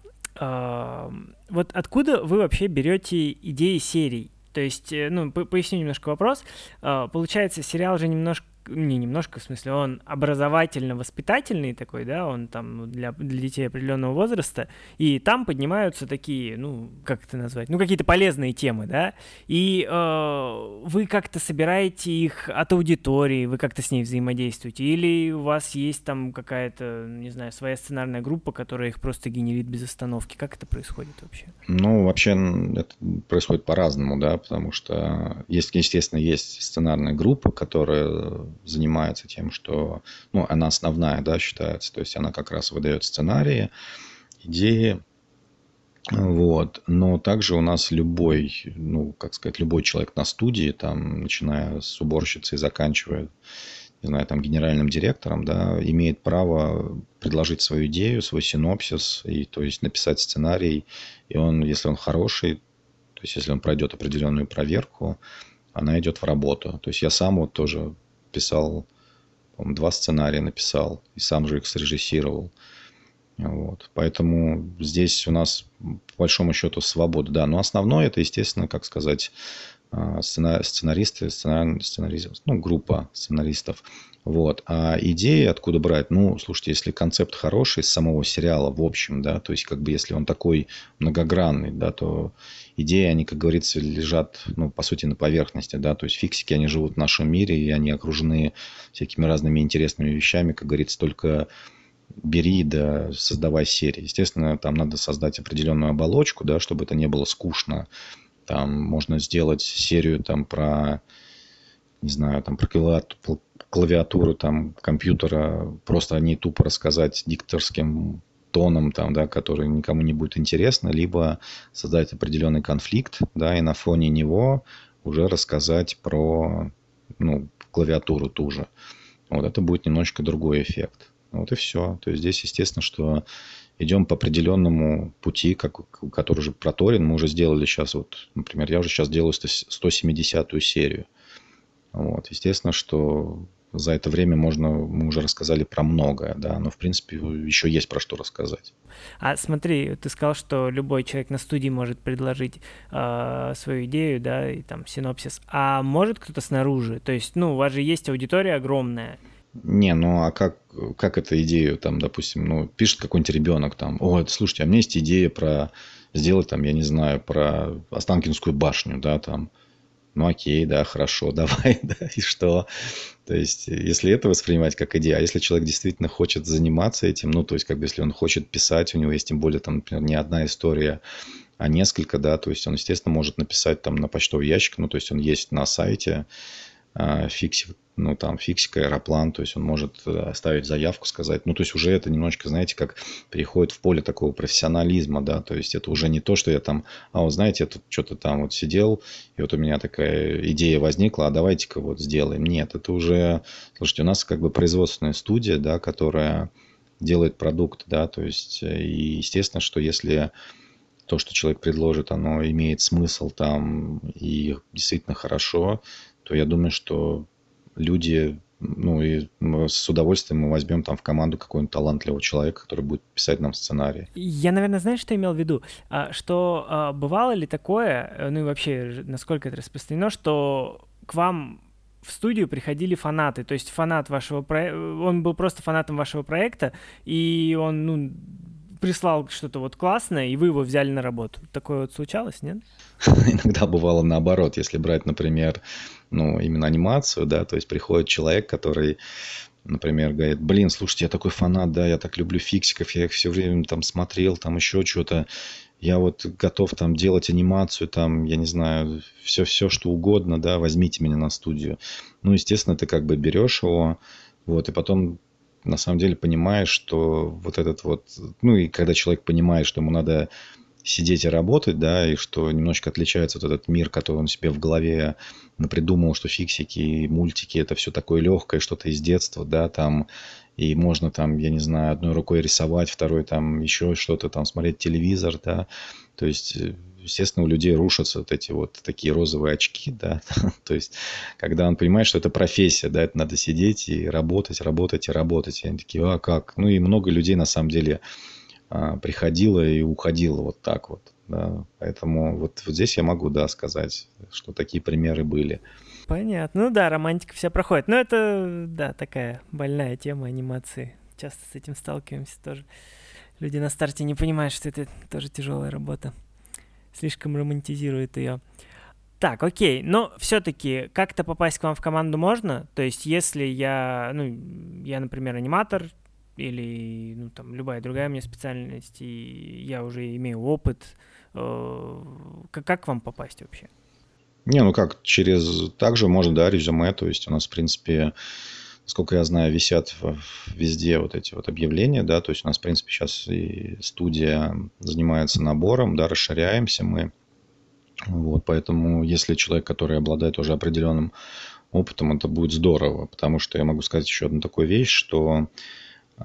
А, вот откуда вы вообще берете идеи серий? То есть, э, ну, по- поясню немножко вопрос. А, получается, сериал же немножко, не немножко, в смысле, он образовательно-воспитательный такой, да, он там для, для детей определенного возраста, и там поднимаются такие, ну, как это назвать, ну, какие-то полезные темы, да, и э, вы как-то собираете их от аудитории, вы как-то с ней взаимодействуете, или у вас есть там какая-то, не знаю, своя сценарная группа, которая их просто генерит без остановки, как это происходит вообще? Ну, вообще н- это происходит по-разному, да, потому что есть, естественно, есть сценарная группа, которая занимается тем, что, ну, она основная, да, считается, то есть она как раз выдает сценарии, идеи, Вот. Но также у нас любой, ну, как сказать, любой человек на студии, там, начиная с уборщицы и заканчивая, не знаю, там, генеральным директором, да, имеет право предложить свою идею, свой синопсис, и, то есть написать сценарий. И он, если он хороший, то есть если он пройдет определенную проверку, она идет в работу. То есть я сам вот тоже писал, по-моему, два сценария написал, и сам же их срежиссировал. Вот. Поэтому здесь у нас, по большому счету, свобода. Да, но основное это, естественно, как сказать, сцена- сценаристы, сцена- сценаристы, ну, группа сценаристов. Вот. А идеи откуда брать? Ну, слушайте, если концепт хороший с самого сериала в общем, да, то есть как бы если он такой многогранный, да, то идеи, они, как говорится, лежат, ну, по сути, на поверхности, да, то есть фиксики, они живут в нашем мире, и они окружены всякими разными интересными вещами, как говорится, только бери, да, создавай серии. Естественно, там надо создать определенную оболочку, да, чтобы это не было скучно. Там можно сделать серию там про, не знаю, там про клавиатуру, клавиатуру там компьютера, просто о ней тупо рассказать дикторским тоном, там, да, который никому не будет интересно, либо создать определенный конфликт, да, и на фоне него уже рассказать про, ну, клавиатуру ту же. Вот это будет немножечко другой эффект. Вот и все. То есть здесь, естественно, что идем по определенному пути, как, который уже проторен. Мы уже сделали сейчас, вот, например, я уже сейчас делаю сто семидесятую серию. Вот. Естественно, что за это время можно, мы уже рассказали про многое, да, но в принципе еще есть про что рассказать. А смотри, ты сказал, что любой человек на студии может предложить э, свою идею, да, и там синопсис. А может кто-то снаружи? То есть, ну, у вас же есть аудитория огромная. Не, ну а как, как эту идею, там, допустим, ну, пишет какой-нибудь ребенок там, ой, слушайте, а у меня есть идея про сделать там, я не знаю, про Останкинскую башню, да, там, ну окей, да, хорошо, давай, да, и что? То есть, если это воспринимать как идею, а если человек действительно хочет заниматься этим, ну, то есть, как бы, если он хочет писать, у него есть тем более, там, например, не одна история, а несколько, да, то есть, он, естественно, может написать там на почтовый ящик, ну, то есть, он есть на сайте, фиксик, ну, там, фиксик, аэроплан, то есть он может оставить заявку, сказать, ну, то есть уже это немножечко, знаете, как переходит в поле такого профессионализма, да, то есть это уже не то, что я там, а, вот знаете, я тут что-то там вот сидел, и вот у меня такая идея возникла, а давайте-ка вот сделаем. Нет, это уже, слушайте, у нас как бы производственная студия, да, которая делает продукт, да, то есть, и естественно, что если то, что человек предложит, оно имеет смысл там и действительно хорошо, то я думаю, что люди, ну и с удовольствием мы возьмем там в команду какого-нибудь талантливого человека, который будет писать нам сценарий. Я, наверное, знаешь, что имел в виду? А, что а, бывало ли такое, ну и вообще, насколько это распространено, что к вам в студию приходили фанаты, то есть фанат вашего проекта, он был просто фанатом вашего проекта, и он, ну, прислал что-то вот классное, и вы его взяли на работу. Такое вот случалось, нет? Иногда бывало наоборот, если брать, например, ну, именно анимацию, да, то есть приходит человек, который, например, говорит, блин, слушайте, я такой фанат, да, я так люблю фиксиков, я их все время там смотрел, там еще что-то, я вот готов там делать анимацию, там, я не знаю, все-все, что угодно, да, возьмите меня на студию. Ну, естественно, ты как бы берешь его, вот, и потом на самом деле понимаешь, что вот этот вот, ну, и когда человек понимает, что ему надо сидеть и работать, да, и что немножечко отличается вот этот мир, который он себе в голове напридумывал, что фиксики и мультики это все такое легкое, что-то из детства, да, там, и можно там, я не знаю, одной рукой рисовать, второй там еще что-то, там, смотреть телевизор, да, то есть, естественно, у людей рушатся вот эти вот такие розовые очки, да, то есть, когда он понимает, что это профессия, да, это надо сидеть и работать, работать и работать, и они такие, а как, ну и много людей на самом деле приходила и уходила вот так вот. Да. Поэтому вот, вот здесь я могу, да, сказать, что такие примеры были. Понятно. Ну да, романтика вся проходит. Но это, да, такая больная тема анимации. Часто с этим сталкиваемся тоже. Люди на старте не понимают, что это тоже тяжелая работа. Слишком романтизируют ее. Так, окей, но все-таки как-то попасть к вам в команду можно? То есть если я, ну, я, например, аниматор, или, ну, там, любая другая у меня специальность, и я уже имею опыт. Как, как к вам попасть вообще? Не, ну как, через... Также можно, да, резюме, то есть у нас, в принципе, насколько я знаю, висят везде вот эти вот объявления, да, то есть у нас, в принципе, сейчас и студия занимается набором, да, расширяемся мы. Вот, поэтому если человек, который обладает уже определенным опытом, это будет здорово, потому что я могу сказать еще одну такую вещь, что э,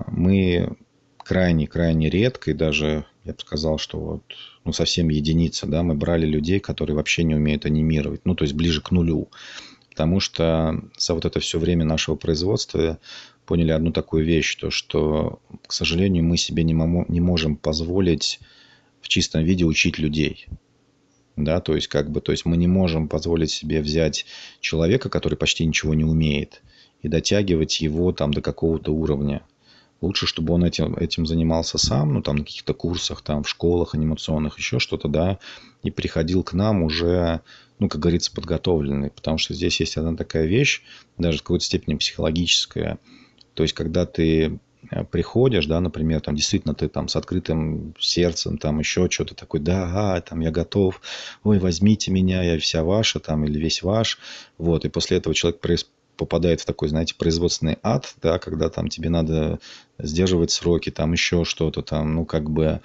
мы крайне-крайне редко, и даже, я бы сказал, что вот, ну, совсем единица, да, мы брали людей, которые вообще не умеют анимировать, ну, то есть ближе к нулю, потому что за вот это все время нашего производства поняли одну такую вещь, то, что, к сожалению, мы себе не, момо- не можем позволить в чистом виде учить людей. Да, то есть, как бы, то есть мы не можем позволить себе взять человека, который почти ничего не умеет, и дотягивать его там до какого-то уровня. Лучше, чтобы он этим, этим занимался сам, ну, там, на каких-то курсах, там, в школах анимационных, еще что-то, да, и приходил к нам уже, ну, как говорится, подготовленный. Потому что здесь есть одна такая вещь, даже в какой-то степени психологическая. То есть, когда ты приходишь, да, например, там действительно ты там с открытым сердцем, там еще что-то такое, да, ага, там я готов, ой, возьмите меня, я вся ваша, там, или весь ваш, вот, и после этого человек проис- попадает в такой, знаете, производственный ад, да, когда там тебе надо сдерживать сроки, там еще что-то, там, ну, как бы,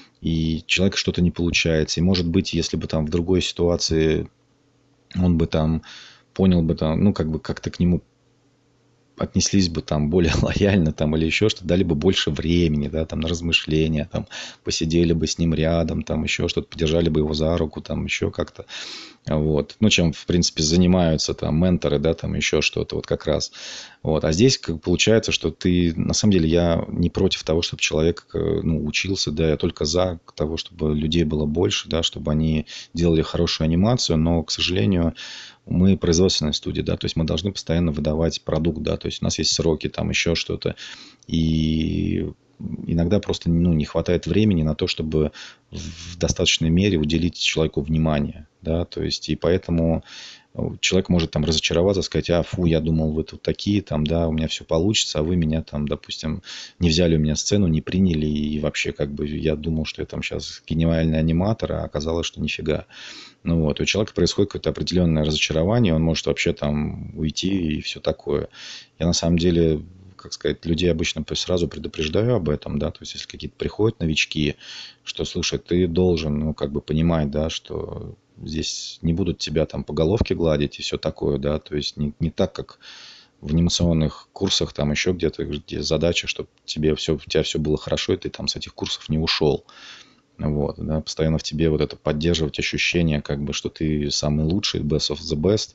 и человека что-то не получается, и может быть, если бы там в другой ситуации он бы там понял бы там, ну, как бы как-то к нему отнеслись бы там более лояльно там или еще что-то, дали бы больше времени, да, там на размышления, там посидели бы с ним рядом, там еще что-то, подержали бы его за руку, там еще как-то, вот, ну, чем, в принципе, занимаются там менторы, да, там еще что-то, вот как раз, вот, а здесь как получается, что ты, на самом деле, я не против того, чтобы человек, ну, учился, да, я только за того, чтобы людей было больше, да, чтобы они делали хорошую анимацию, но, к сожалению, мы производственная студия, да, то есть мы должны постоянно выдавать продукт, да, то есть у нас есть сроки, там еще что-то, и иногда просто, ну, не хватает времени на то, чтобы в достаточной мере уделить человеку внимание, да, то есть и поэтому человек может там разочароваться, сказать, а, фу, я думал, вы тут такие, там, да, у меня все получится, а вы меня там, допустим, не взяли у меня сцену, не приняли, и вообще, как бы, я думал, что я там сейчас гениальный аниматор, а оказалось, что нифига. Ну вот, у человека происходит какое-то определенное разочарование, он может вообще там уйти и все такое. Я на самом деле, как сказать, людей обычно сразу предупреждаю об этом, да, то есть если какие-то приходят новички, что, слушай, ты должен, ну, как бы понимать, да, что здесь не будут тебя там по головке гладить и все такое, да, то есть не, не так, как в анимационных курсах, там еще где-то, где задача, чтобы тебе все, у тебя все было хорошо, и ты там с этих курсов не ушел. Вот, да, постоянно в тебе вот это поддерживать ощущение, как бы, что ты самый лучший, best of the best.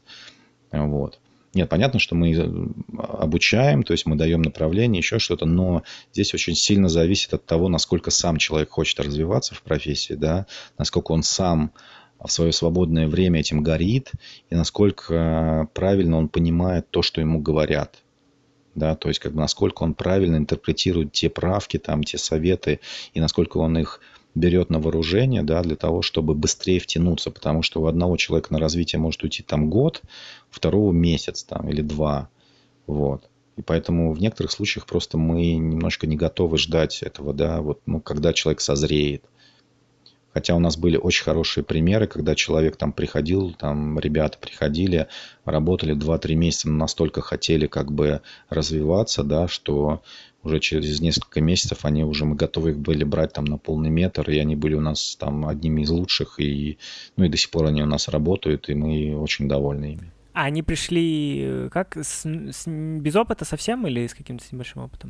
Вот. Нет, понятно, что мы обучаем, то есть мы даем направление, еще что-то, но здесь очень сильно зависит от того, насколько сам человек хочет развиваться в профессии, да, насколько он сам в свое свободное время этим горит, и насколько правильно он понимает то, что ему говорят. Да, то есть, как бы, насколько он правильно интерпретирует те правки, там, те советы, и насколько он их берет на вооружение, да, для того, чтобы быстрее втянуться, потому что у одного человека на развитие может уйти там год, у второго месяц там, или два. Вот. И поэтому в некоторых случаях просто мы немножко не готовы ждать этого, да, вот, ну, когда человек созреет. Хотя у нас были очень хорошие примеры, когда человек там приходил, там ребята приходили, работали два-три месяца, но настолько хотели как бы развиваться, да, что уже через несколько месяцев они уже, мы готовы их были брать там на полный метр, и они были у нас там одними из лучших, и, ну, и до сих пор они у нас работают, и мы очень довольны ими. А они пришли как, с, с, без опыта совсем или с каким-то небольшим опытом?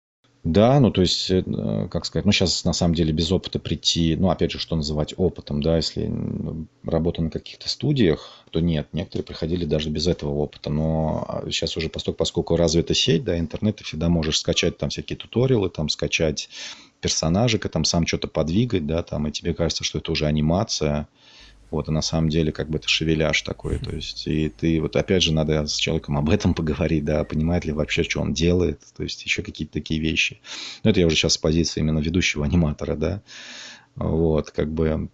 Да, ну, то есть, как сказать, ну, сейчас на самом деле без опыта прийти, ну, опять же, что называть опытом, да, если работа на каких-то студиях, то нет, некоторые приходили даже без этого опыта, но сейчас уже, поскольку, поскольку развита сеть, да, интернет, ты всегда можешь скачать там всякие туториалы, там, скачать персонажика, там, сам что-то подвигать, да, там, и тебе кажется, что это уже анимация. Вот, а на самом деле, как бы это шевеляж такой, то есть, и ты, вот опять же, надо с человеком об этом поговорить, да, понимает ли вообще, что он делает, то есть, еще какие-то такие вещи. Но это я уже сейчас с позиции именно ведущего аниматора, да, вот, как бы,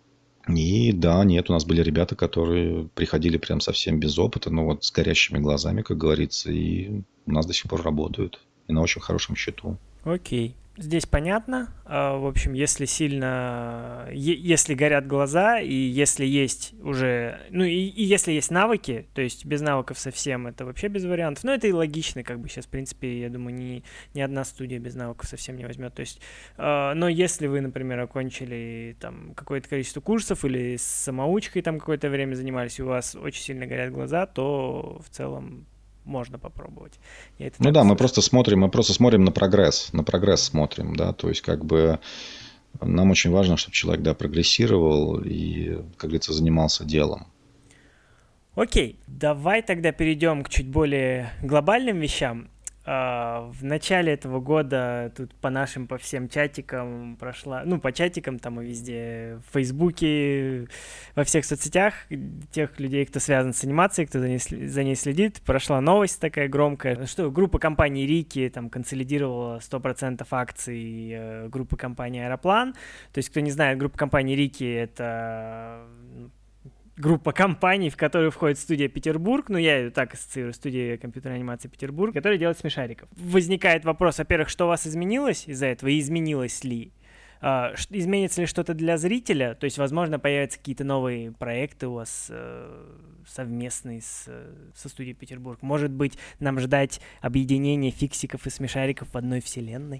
и да, нет, у нас были ребята, которые приходили прям совсем без опыта, но вот с горящими глазами, как говорится, и у нас до сих пор работают, и на очень хорошем счету. Окей. Здесь понятно. А, В общем, если сильно, е- если горят глаза, и если есть уже, ну и, и если есть навыки, то есть без навыков совсем это вообще без вариантов. Но это и логично, как бы сейчас, в принципе, я думаю, ни, ни одна студия без навыков совсем не возьмет. То есть, а, но если вы, например, окончили там какое-то количество курсов или с самоучкой там какое-то время занимались, и у вас очень сильно горят глаза, то в целом можно попробовать. Я это Ну так да, мы услышал. просто смотрим, мы просто смотрим на прогресс, на прогресс смотрим, да, то есть как бы нам очень важно, чтобы человек, да, прогрессировал и, как говорится, занимался делом. Окей, давай тогда перейдем к чуть более глобальным вещам. А, В начале этого года тут по нашим, по всем чатикам прошла, ну, по чатикам там и везде, в Фейсбуке, во всех соцсетях, тех людей, кто связан с анимацией, кто за ней, сли- за ней следит, прошла новость такая громкая, что группа компаний Рики там консолидировала сто процентов акций э, группы компании Аэроплан. То есть, кто не знает, группа компаний Рики — это группа компаний, в которую входит студия Петербург, ну, я ее так ассоциирую, студия компьютерной анимации Петербург, которая делает смешариков. Возникает вопрос, во-первых, что у вас изменилось из-за этого, и изменилось ли? А, ш- изменится ли что-то для зрителя? То есть, возможно, появятся какие-то новые проекты у вас э, совместные с, э, со студией Петербург. Может быть, нам ждать объединения фиксиков и смешариков в одной вселенной?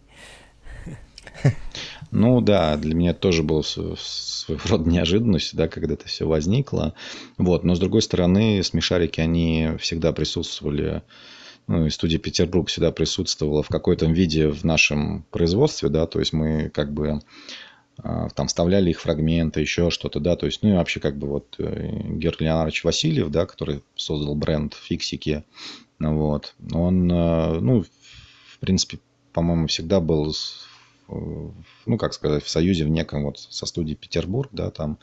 Ну да, для меня это тоже было с- своего рода неожиданностью, да, когда это все возникло. Вот. Но с другой стороны, смешарики, они всегда присутствовали, ну, и студия Петербург всегда присутствовала в какой-то виде в нашем производстве, да, то есть мы как бы а, там вставляли их фрагменты, еще что-то, да, то есть, ну и вообще как бы вот э, Георг Леонардович Васильев, да, который создал бренд «Фиксики», ну вот, он, э, ну, в принципе, по-моему, всегда был, с- э, ну, как сказать, в союзе в неком вот со студией Петербург, да, там,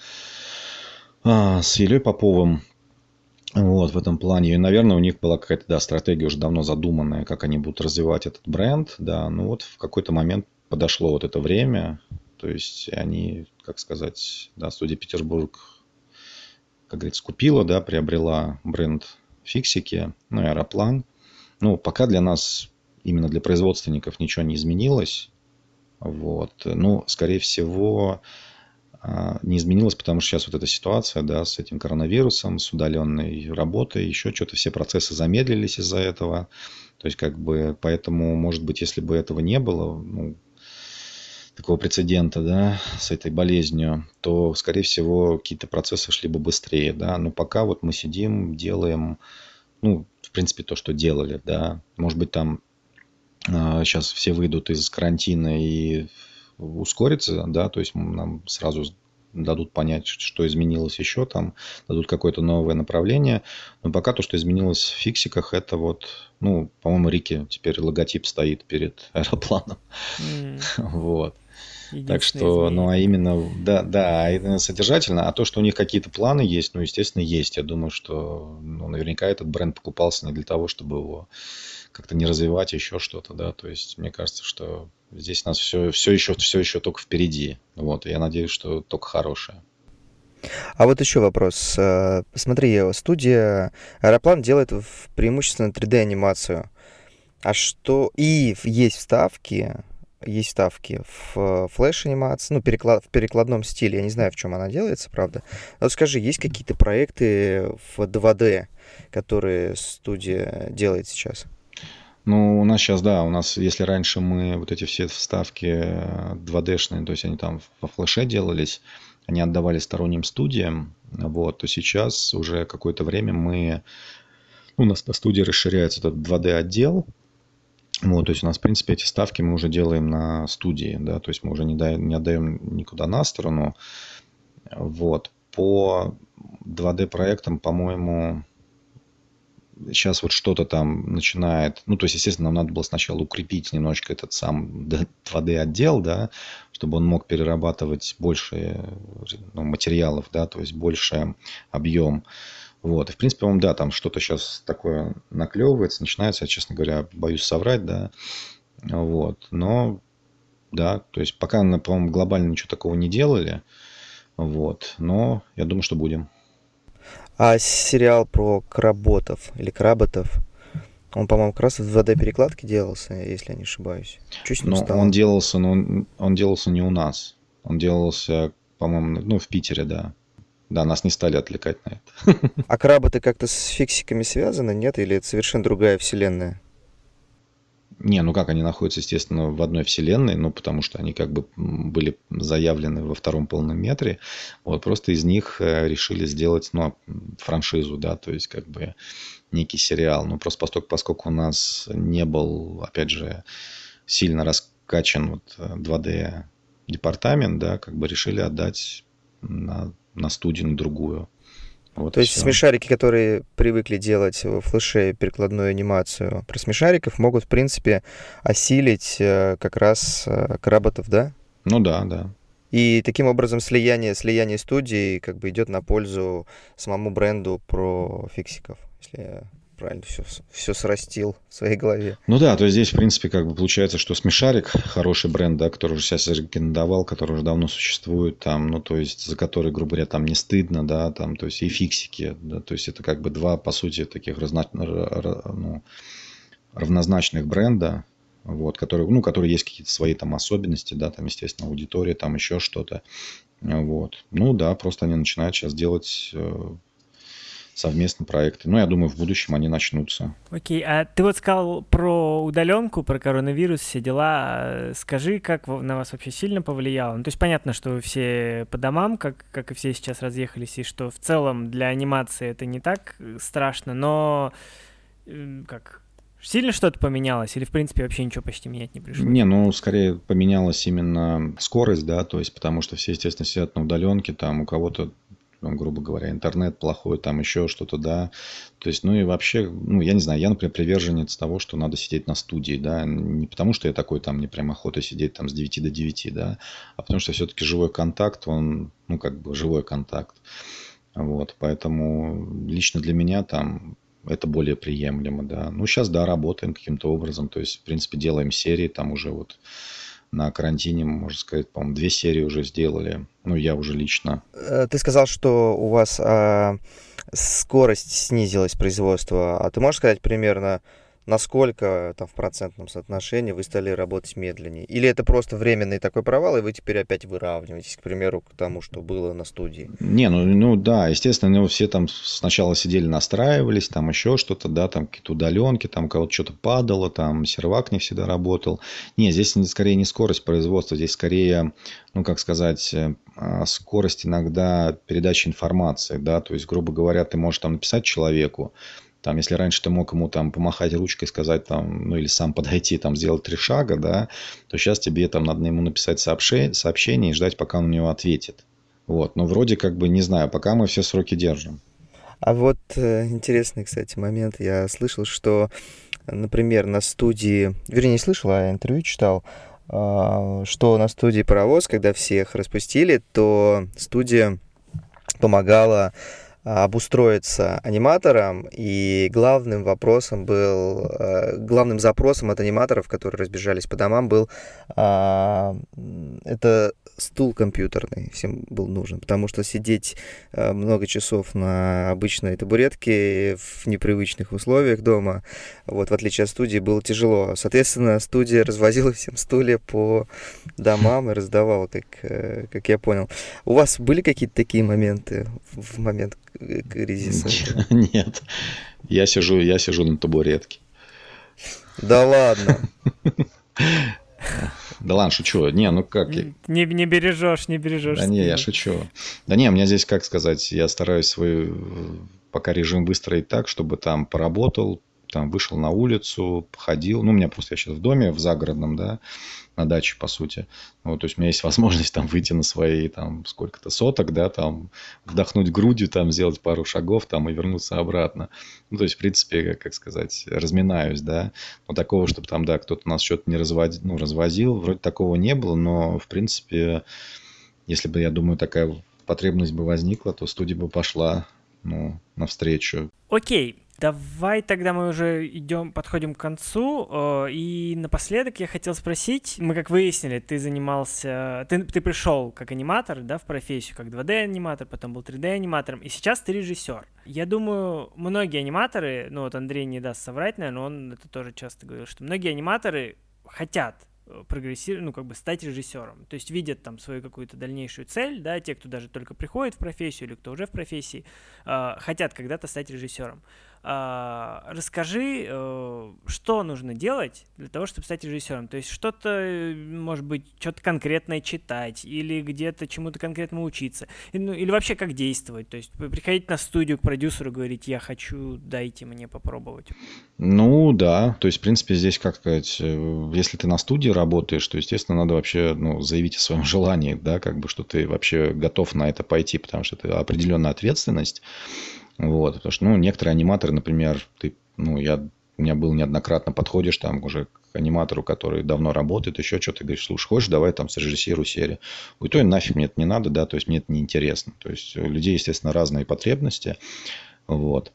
а, с Ильей Поповым, вот, в этом плане. И, наверное, у них была какая-то, да, стратегия уже давно задуманная, как они будут развивать этот бренд, да. Ну, вот в какой-то момент подошло вот это время, то есть они, как сказать, да, студия Петербург, как говорится, купила, да, приобрела бренд Фиксики, ну и Аэроплан. Ну, пока для нас, именно для производственников, ничего не изменилось. Вот. Ну, скорее всего, а, не изменилось, потому что сейчас вот эта ситуация, да, с этим коронавирусом, с удаленной работой, еще что-то, все процессы замедлились из-за этого. То есть, как бы, поэтому, может быть, если бы этого не было, ну, такого прецедента, да, с этой болезнью, то, скорее всего, какие-то процессы шли бы быстрее, да. Но пока вот мы сидим, делаем, ну, в принципе, то, что делали, да. Может быть, там а, сейчас все выйдут из карантина и ускорится, да, то есть нам сразу дадут понять, что изменилось еще там, дадут какое-то новое направление. Но пока то, что изменилось в фиксиках, это вот, ну, по-моему, Рики теперь логотип стоит перед аэропланом. М, Вот. Так Единственное что, ну, а изменение. именно, да, да, а именно содержательно, а то, что у них какие-то планы есть, ну, естественно, есть. Я думаю, что, ну, наверняка этот бренд покупался не для того, чтобы его как-то не развивать, еще что-то, да. То есть, мне кажется, что здесь у нас все, все еще, все еще только впереди. Вот, и я надеюсь, что только хорошее. А вот еще вопрос. Э, Смотри, студия Аэроплан делает в- преимущественно три дэ-анимацию. А что... И в- есть вставки, есть вставки в флеш-анимации, ну, перекла- в перекладном стиле. Я не знаю, в чем она делается, правда. Но вот скажи, есть какие-то проекты в два дэ, которые студия делает сейчас? Ну, у нас сейчас, да, у нас, если раньше мы вот эти все вставки э, два дэ-шные, то есть они там во флеше делались, они отдавали сторонним студиям, вот, то сейчас уже какое-то время мы, ну, у нас на студии расширяется этот два дэ-отдел, вот, то есть у нас, в принципе, эти ставки мы уже делаем на студии, да, то есть мы уже не, дай- не отдаем никуда на сторону, вот. По два дэ-проектам, по-моему, сейчас вот что-то там начинает, ну, то есть, естественно, нам надо было сначала укрепить немножечко этот сам два дэ-отдел, да, чтобы он мог перерабатывать больше, ну, материалов, да, то есть больше объем. Вот. И, в принципе, по-моему, да, там что-то сейчас такое наклевывается, начинается, я, честно говоря, боюсь соврать, да, вот. Но, да, то есть пока, по-моему, глобально ничего такого не делали, вот. Но я думаю, что будем. А сериал про кработов или кработов, Он, по-моему, как раз в два дэ-перекладке делался, если я не ошибаюсь. Чуть с ним Но стало. он делался, но он, он делался не у нас. Он делался, по-моему, ну, в Питере, да. Да, нас не стали отвлекать на это. А кработы как-то с фиксиками связаны, нет? Или это совершенно другая вселенная? Не, ну как, они находятся, естественно, в одной вселенной, ну, потому что они как бы м, были заявлены во втором полном метре. Вот, просто из них э, решили сделать, ну, франшизу, да, то есть как бы некий сериал. Ну, просто поскольку, поскольку у нас не был, опять же, сильно раскачан вот э, два дэ-департамент, да, как бы решили отдать на, на студию, на другую. Вот То и есть все. смешарики, которые привыкли делать во флеше перекладную анимацию, про смешариков могут, в принципе, осилить э, как раз э, кработов, да? Ну да, да. И таким образом слияние, слияние студий как бы идет на пользу самому бренду про фиксиков, если я правильно все, все срастил в своей голове. Ну да, то есть здесь, в принципе, как бы получается, что Смешарик, хороший бренд, да, который уже себя зарекомендовал, который уже давно существует, там, ну, то есть, за который, грубо говоря, там не стыдно, да, там, то есть, и фиксики, да, то есть, это как бы два, по сути, таких разна... ну, равнозначных бренда, вот, которые, ну, которые есть какие-то свои там особенности, да, там, естественно, аудитория, там еще что-то, вот. Ну да, просто они начинают сейчас делать э, совместные проекты. Ну, я думаю, в будущем они начнутся. Окей, а ты вот сказал про удаленку, про коронавирус, все дела. Скажи, как во- на вас вообще сильно повлияло? Ну, то есть понятно, что вы все по домам, как, как и все сейчас разъехались, и что в целом для анимации это не так э, страшно, но э, как, сильно что-то поменялось или, в принципе, вообще ничего почти менять не пришлось? Не, ну, скорее поменялась именно скорость, да, то есть, потому что все, естественно, сидят на удаленке, там у кого-то, ну, грубо говоря, интернет плохой, там еще что-то, да. То есть, ну и вообще, ну, я не знаю, я, например, приверженец того, что надо сидеть на студии, да, не потому что я такой, там, мне прям охота сидеть там с девяти до девяти, да, а потому что все-таки живой контакт, он, ну, как бы живой контакт. Вот, поэтому лично для меня там это более приемлемо, да. Ну, сейчас, да, работаем каким-то образом, то есть, в принципе, делаем серии, там уже вот на карантине, можно сказать, по-моему, две серии уже сделали, ну, я уже лично. Э, Ты сказал, что у вас а, скорость снизилась производства, а ты можешь сказать примерно, насколько там в процентном соотношении вы стали работать медленнее? Или это просто временный такой провал, и вы теперь опять выравниваетесь, к примеру, к тому, что было на студии? Не, ну, ну да, естественно, ну, все там сначала сидели, настраивались, там еще что-то, да, там какие-то удаленки, там у кого-то что-то падало, там сервак не всегда работал. Не, здесь не- скорее не скорость производства, здесь скорее, ну, как сказать, э, а, скорость иногда передачи информации, да, то есть, грубо говоря, ты можешь там написать человеку, там, если раньше ты мог ему там помахать ручкой, сказать там, ну или сам подойти, там, сделать три шага, да, то сейчас тебе там надо ему написать сообщение, сообщение и ждать, пока он на него ответит. Вот, но вроде как бы, не знаю, пока мы все сроки держим. А вот э, интересный, кстати, момент. Я слышал, что, например, на студии, вернее, не слышал, а интервью читал, а, что на студии «Паровоз», когда всех распустили, то студия помогала а, обустроиться аниматорам, и главным вопросом был, э, главным запросом от аниматоров, которые разбежались по домам, был а, м, это стул компьютерный всем был нужен, потому что сидеть э, много часов на обычной табуретке в непривычных условиях дома, вот, в отличие от студии, было тяжело. Соответственно, студия развозила всем стулья по домам и раздавала, как, э, как я понял. У вас были какие-то такие моменты в в момент к- кризиса? Нет, я сижу, я сижу на табуретке. Да ладно. Да ладно, шучу. Не, ну как? я- Н- Не, не бережешь, не бережешь Да не, я спину. шучу. Да не, у меня здесь, как сказать, я стараюсь свой э, пока режим выстроить так, чтобы там поработал, там вышел на улицу, походил. Ну, у меня просто я сейчас в доме, в загородном, да, на даче, по сути. Вот, то есть у меня есть возможность там выйти на свои там сколько-то соток, да, там вдохнуть грудью, там сделать пару шагов, там и вернуться обратно. Ну, то есть, в принципе, как сказать, разминаюсь, да. Но такого, чтобы там, да, кто-то нас что-то не разводил, ну, развозил, вроде такого не было, но, в принципе, если бы, я думаю, такая потребность бы возникла, то студия бы пошла ну, навстречу. Окей. Давай тогда мы уже идем, подходим к концу. И напоследок я хотел спросить, мы как выяснили, ты занимался, ты, ты пришел как аниматор, да, в профессию, как два дэ-аниматор, потом был три дэ-аниматором, и сейчас ты режиссер. Я думаю, многие аниматоры, ну вот Андрей не даст соврать, наверное, он это тоже часто говорил, что многие аниматоры хотят прогрессировать, ну, как бы стать режиссером. То есть видят там свою какую-то дальнейшую цель, да, те, кто даже только приходит в профессию или кто уже в профессии, э, хотят когда-то стать режиссером. Э, расскажи, э, что нужно делать для того, чтобы стать режиссером? То есть что-то, может быть, что-то конкретное читать или где-то чему-то конкретному учиться? И, ну, или вообще как действовать? То есть приходить на студию к продюсеру и говорить, я хочу, дайте мне попробовать. Ну да, то есть, в принципе, здесь, как сказать, если ты на студии работаешь, то, естественно, надо вообще, ну, заявить о своем желании, да, как бы, что ты вообще готов на это пойти, потому что это определенная ответственность, вот, потому что, ну, некоторые аниматоры, например, ты, ну, я, у меня был неоднократно, подходишь там уже к аниматору, который давно работает, еще что-то, ты говоришь, слушай, хочешь, давай там срежиссируй серию. Ой, то нафиг мне это не надо, да, то есть, мне это неинтересно, то есть, у людей, естественно, разные потребности, вот.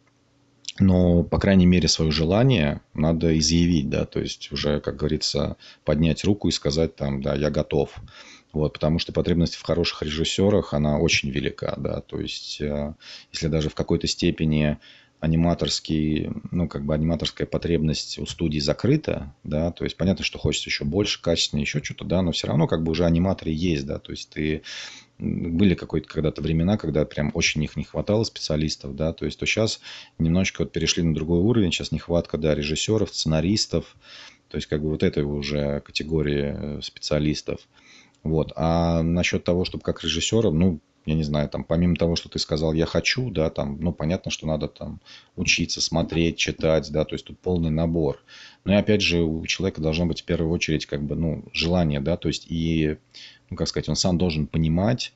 Но, по крайней мере, свое желание надо изъявить, да, то есть уже, как говорится, поднять руку и сказать там, да, я готов. Вот, потому что потребность в хороших режиссерах, она очень велика, да, то есть если даже в какой-то степени аниматорский, ну, как бы аниматорская потребность у студии закрыта, да, то есть понятно, что хочется еще больше, качественнее, еще что-то, да, но все равно как бы уже аниматоры есть, да, то есть ты... Были какие-то когда-то времена, когда прям очень их не хватало специалистов, да, то есть то сейчас немножечко вот перешли на другой уровень, сейчас нехватка, да, режиссеров, сценаристов, то есть как бы вот этой уже категории специалистов, вот. А насчет того, чтобы как режиссером, ну, я не знаю, там, помимо того, что ты сказал, я хочу, да, там, ну, понятно, что надо там учиться, смотреть, читать, да, то есть тут полный набор. Но и опять же, у человека должно быть в первую очередь, как бы, ну, желание, да, то есть и, ну, как сказать, он сам должен понимать,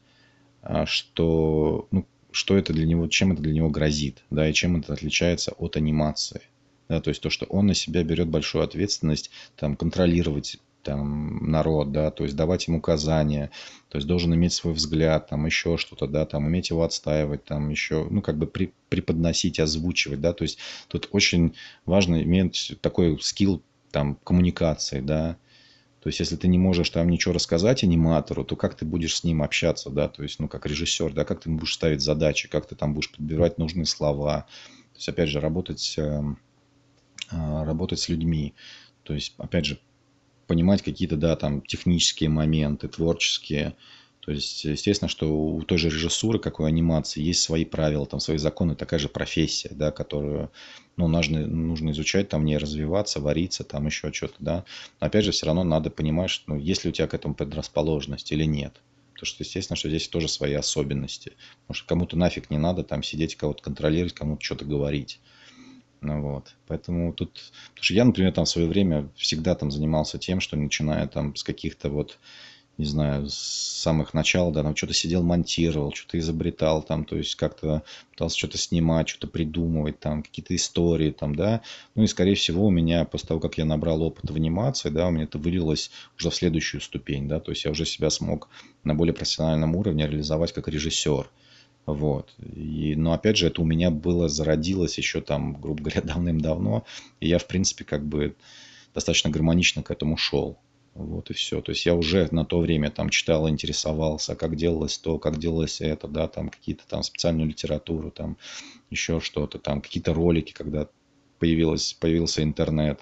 что, ну, что это для него, чем это для него грозит, да, и чем это отличается от анимации. Да, то есть то, что он на себя берет большую ответственность, там, контролировать там, народ, да, то есть давать им указания, то есть должен иметь свой взгляд, там, еще что-то, да, там, уметь его отстаивать, там, еще, ну, как бы при, преподносить, озвучивать, да, то есть тут очень важно иметь такой скилл, там, коммуникации, да, то есть если ты не можешь там ничего рассказать аниматору, то как ты будешь с ним общаться, да, то есть, ну, как режиссер, да, как ты будешь ставить задачи, как ты там будешь подбирать нужные слова, то есть, опять же, работать, работать с людьми, то есть, опять же, понимать какие-то, да, там, технические моменты, творческие. То есть, естественно, что у той же режиссуры, как и у анимации, есть свои правила, там, свои законы, такая же профессия, да, которую, ну, нужно, нужно изучать, там, в ней развиваться, вариться, там, еще что-то, да. Но, опять же, все равно надо понимать, что, ну, есть ли у тебя к этому предрасположенность или нет. Потому что, естественно, что здесь тоже свои особенности. Потому что кому-то нафиг не надо там сидеть, кого-то контролировать, кому-то что-то говорить. Ну, вот. Поэтому тут... Потому что я, например, там в свое время всегда там занимался тем, что начиная там с каких-то вот, не знаю, с самых начал, да, там что-то сидел, монтировал, что-то изобретал там, то есть как-то пытался что-то снимать, что-то придумывать, там, какие-то истории там, да. Ну и, скорее всего, у меня после того, как я набрал опыт в анимации, да, у меня это вылилось уже в следующую ступень, да, то есть я уже себя смог на более профессиональном уровне реализовать как режиссер. Вот. И, но опять же, это у меня было, зародилось еще там, грубо говоря, давным-давно. И я, в принципе, как бы достаточно гармонично к этому шел. Вот и все. То есть я уже на то время там читал, интересовался, как делалось то, как делалось это, да, там какие-то там специальную литературу, там еще что-то, там какие-то ролики, когда появилось, появился интернет.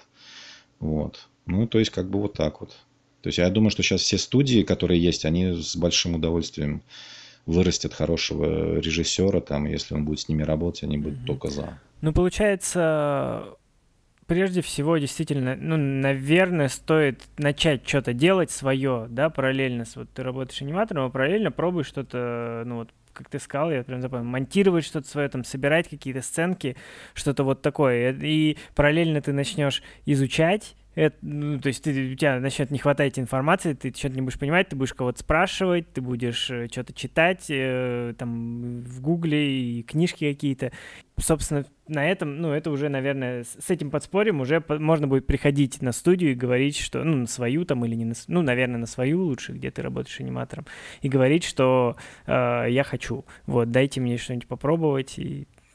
Вот. Ну, то есть как бы вот так вот. То есть я думаю, что сейчас все студии, которые есть, они с большим удовольствием вырастет хорошего режиссера, там, если он будет с ними работать, они будут mm-hmm. только за. Ну, получается, прежде всего, действительно, ну, наверное, стоит начать что-то делать свое, да, параллельно, с, вот ты работаешь аниматором, а параллельно пробуешь что-то, ну, вот, как ты сказал, я прям запомнил, монтировать что-то свое, там, собирать какие-то сценки, что-то вот такое, и параллельно ты начнешь изучать. Это, ну, то есть ты, у тебя начнет не хватать информации, ты что-то не будешь понимать, ты будешь кого-то спрашивать, ты будешь э, что-то читать э, там в Гугле и книжки какие-то. Собственно, на этом, ну, это уже, наверное, с, с этим подспорьем уже по- можно будет приходить на студию и говорить, что, ну, на свою там или не на, ну, наверное, на свою лучше, где ты работаешь аниматором, и говорить, что э, я хочу, вот, дайте мне что-нибудь попробовать, и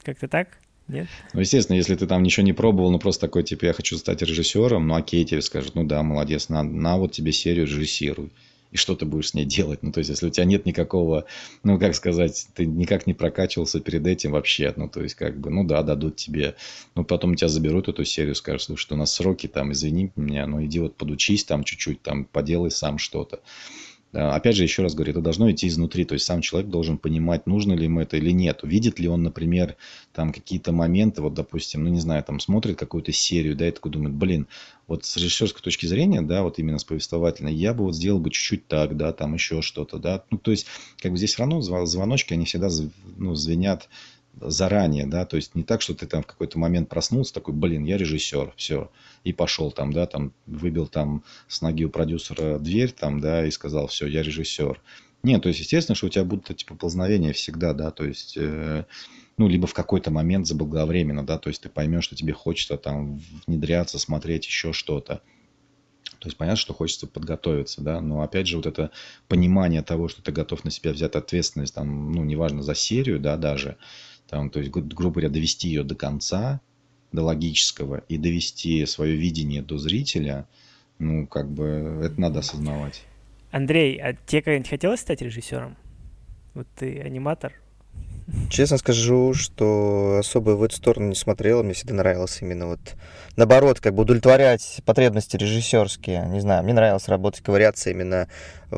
Как-то так? Нет? Ну, естественно, если ты там ничего не пробовал, ну, просто такой, типа, я хочу стать режиссером, ну, окей, тебе скажут, ну, да, молодец, на, на вот тебе серию режиссируй. И что ты будешь с ней делать? Ну, то есть, если у тебя нет никакого, ну, как сказать, ты никак не прокачивался перед этим вообще, ну, то есть, как бы, ну, да, дадут тебе, ну, потом тебя заберут эту серию, скажут, слушай, у нас сроки, там, извини меня, ну, иди вот подучись там чуть-чуть, там, поделай сам что-то. Опять же, еще раз говорю, это должно идти изнутри, то есть сам человек должен понимать, нужно ли ему это или нет. Видит ли он, например, там какие-то моменты, вот, допустим, ну, не знаю, там смотрит какую-то серию, да, и такой думает, блин, вот с режиссерской точки зрения, да, вот именно с повествовательной, я бы вот сделал бы чуть-чуть так, да, там еще что-то, да. Ну, то есть, как бы здесь все равно звоночки, они всегда, ну, звенят заранее, да, то есть не так, что ты там в какой-то момент проснулся, такой, блин, я режиссер, все, и пошел там, да, там выбил там с ноги у продюсера дверь там, да, и сказал, все, я режиссер. Нет, то есть, естественно, что у тебя будут эти поползновения всегда, да, то есть, э, ну, либо в какой-то момент заблаговременно, да, то есть ты поймешь, что тебе хочется там внедряться, смотреть еще что-то. То есть понятно, что хочется подготовиться, да, но опять же вот это понимание того, что ты готов на себя взять ответственность, там, ну, неважно, за серию, да, даже, там, то есть, гру- грубо говоря, довести ее до конца, до логического, и довести свое видение до зрителя, ну, как бы, это надо осознавать. Андрей, а тебе когда-нибудь хотелось стать режиссером? Вот ты аниматор. Честно скажу, что особо в эту сторону не смотрел, мне всегда нравилось именно вот, наоборот, как бы удовлетворять потребности режиссерские, не знаю, мне нравилось работать, ковыряться именно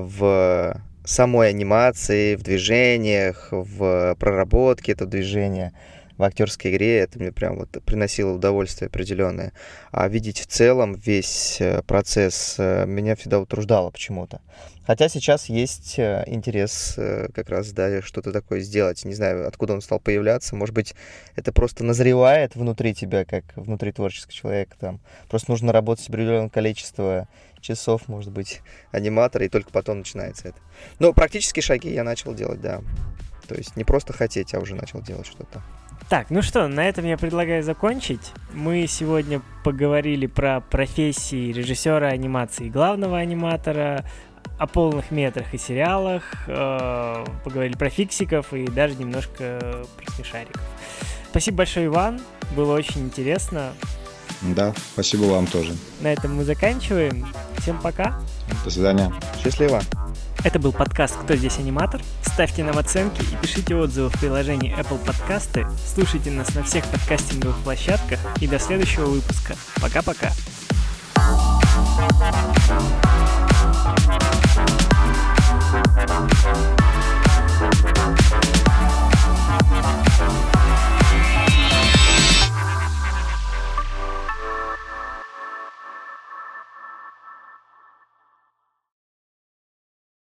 в самой анимации, в движениях, в проработке этого движения, в актерской игре, это мне прям вот приносило удовольствие определенное. А видеть в целом весь процесс меня всегда утруждало почему-то. Хотя сейчас есть интерес как раз, да, что-то такое сделать. Не знаю, откуда он стал появляться. Может быть, это просто назревает внутри тебя, как внутри творческого человека. Там. Просто нужно работать определенное количество часов, может быть, аниматора, и только потом начинается это. Но практически шаги я начал делать, да. То есть не просто хотеть, а уже начал делать что-то. Так, ну что, на этом я предлагаю закончить. Мы сегодня поговорили про профессии режиссера анимации и главного аниматора, о полных метрах и сериалах, э, поговорили про фиксиков и даже немножко про смешариков. Спасибо большое, Иван, было очень интересно. Да, спасибо вам тоже. На этом мы заканчиваем. Всем пока. До свидания. Счастливо. Это был подкаст «Кто здесь аниматор?». Ставьте нам оценки и пишите отзывы в приложении Apple Подкасты. Слушайте нас на всех подкастинговых площадках. И до следующего выпуска. Пока-пока.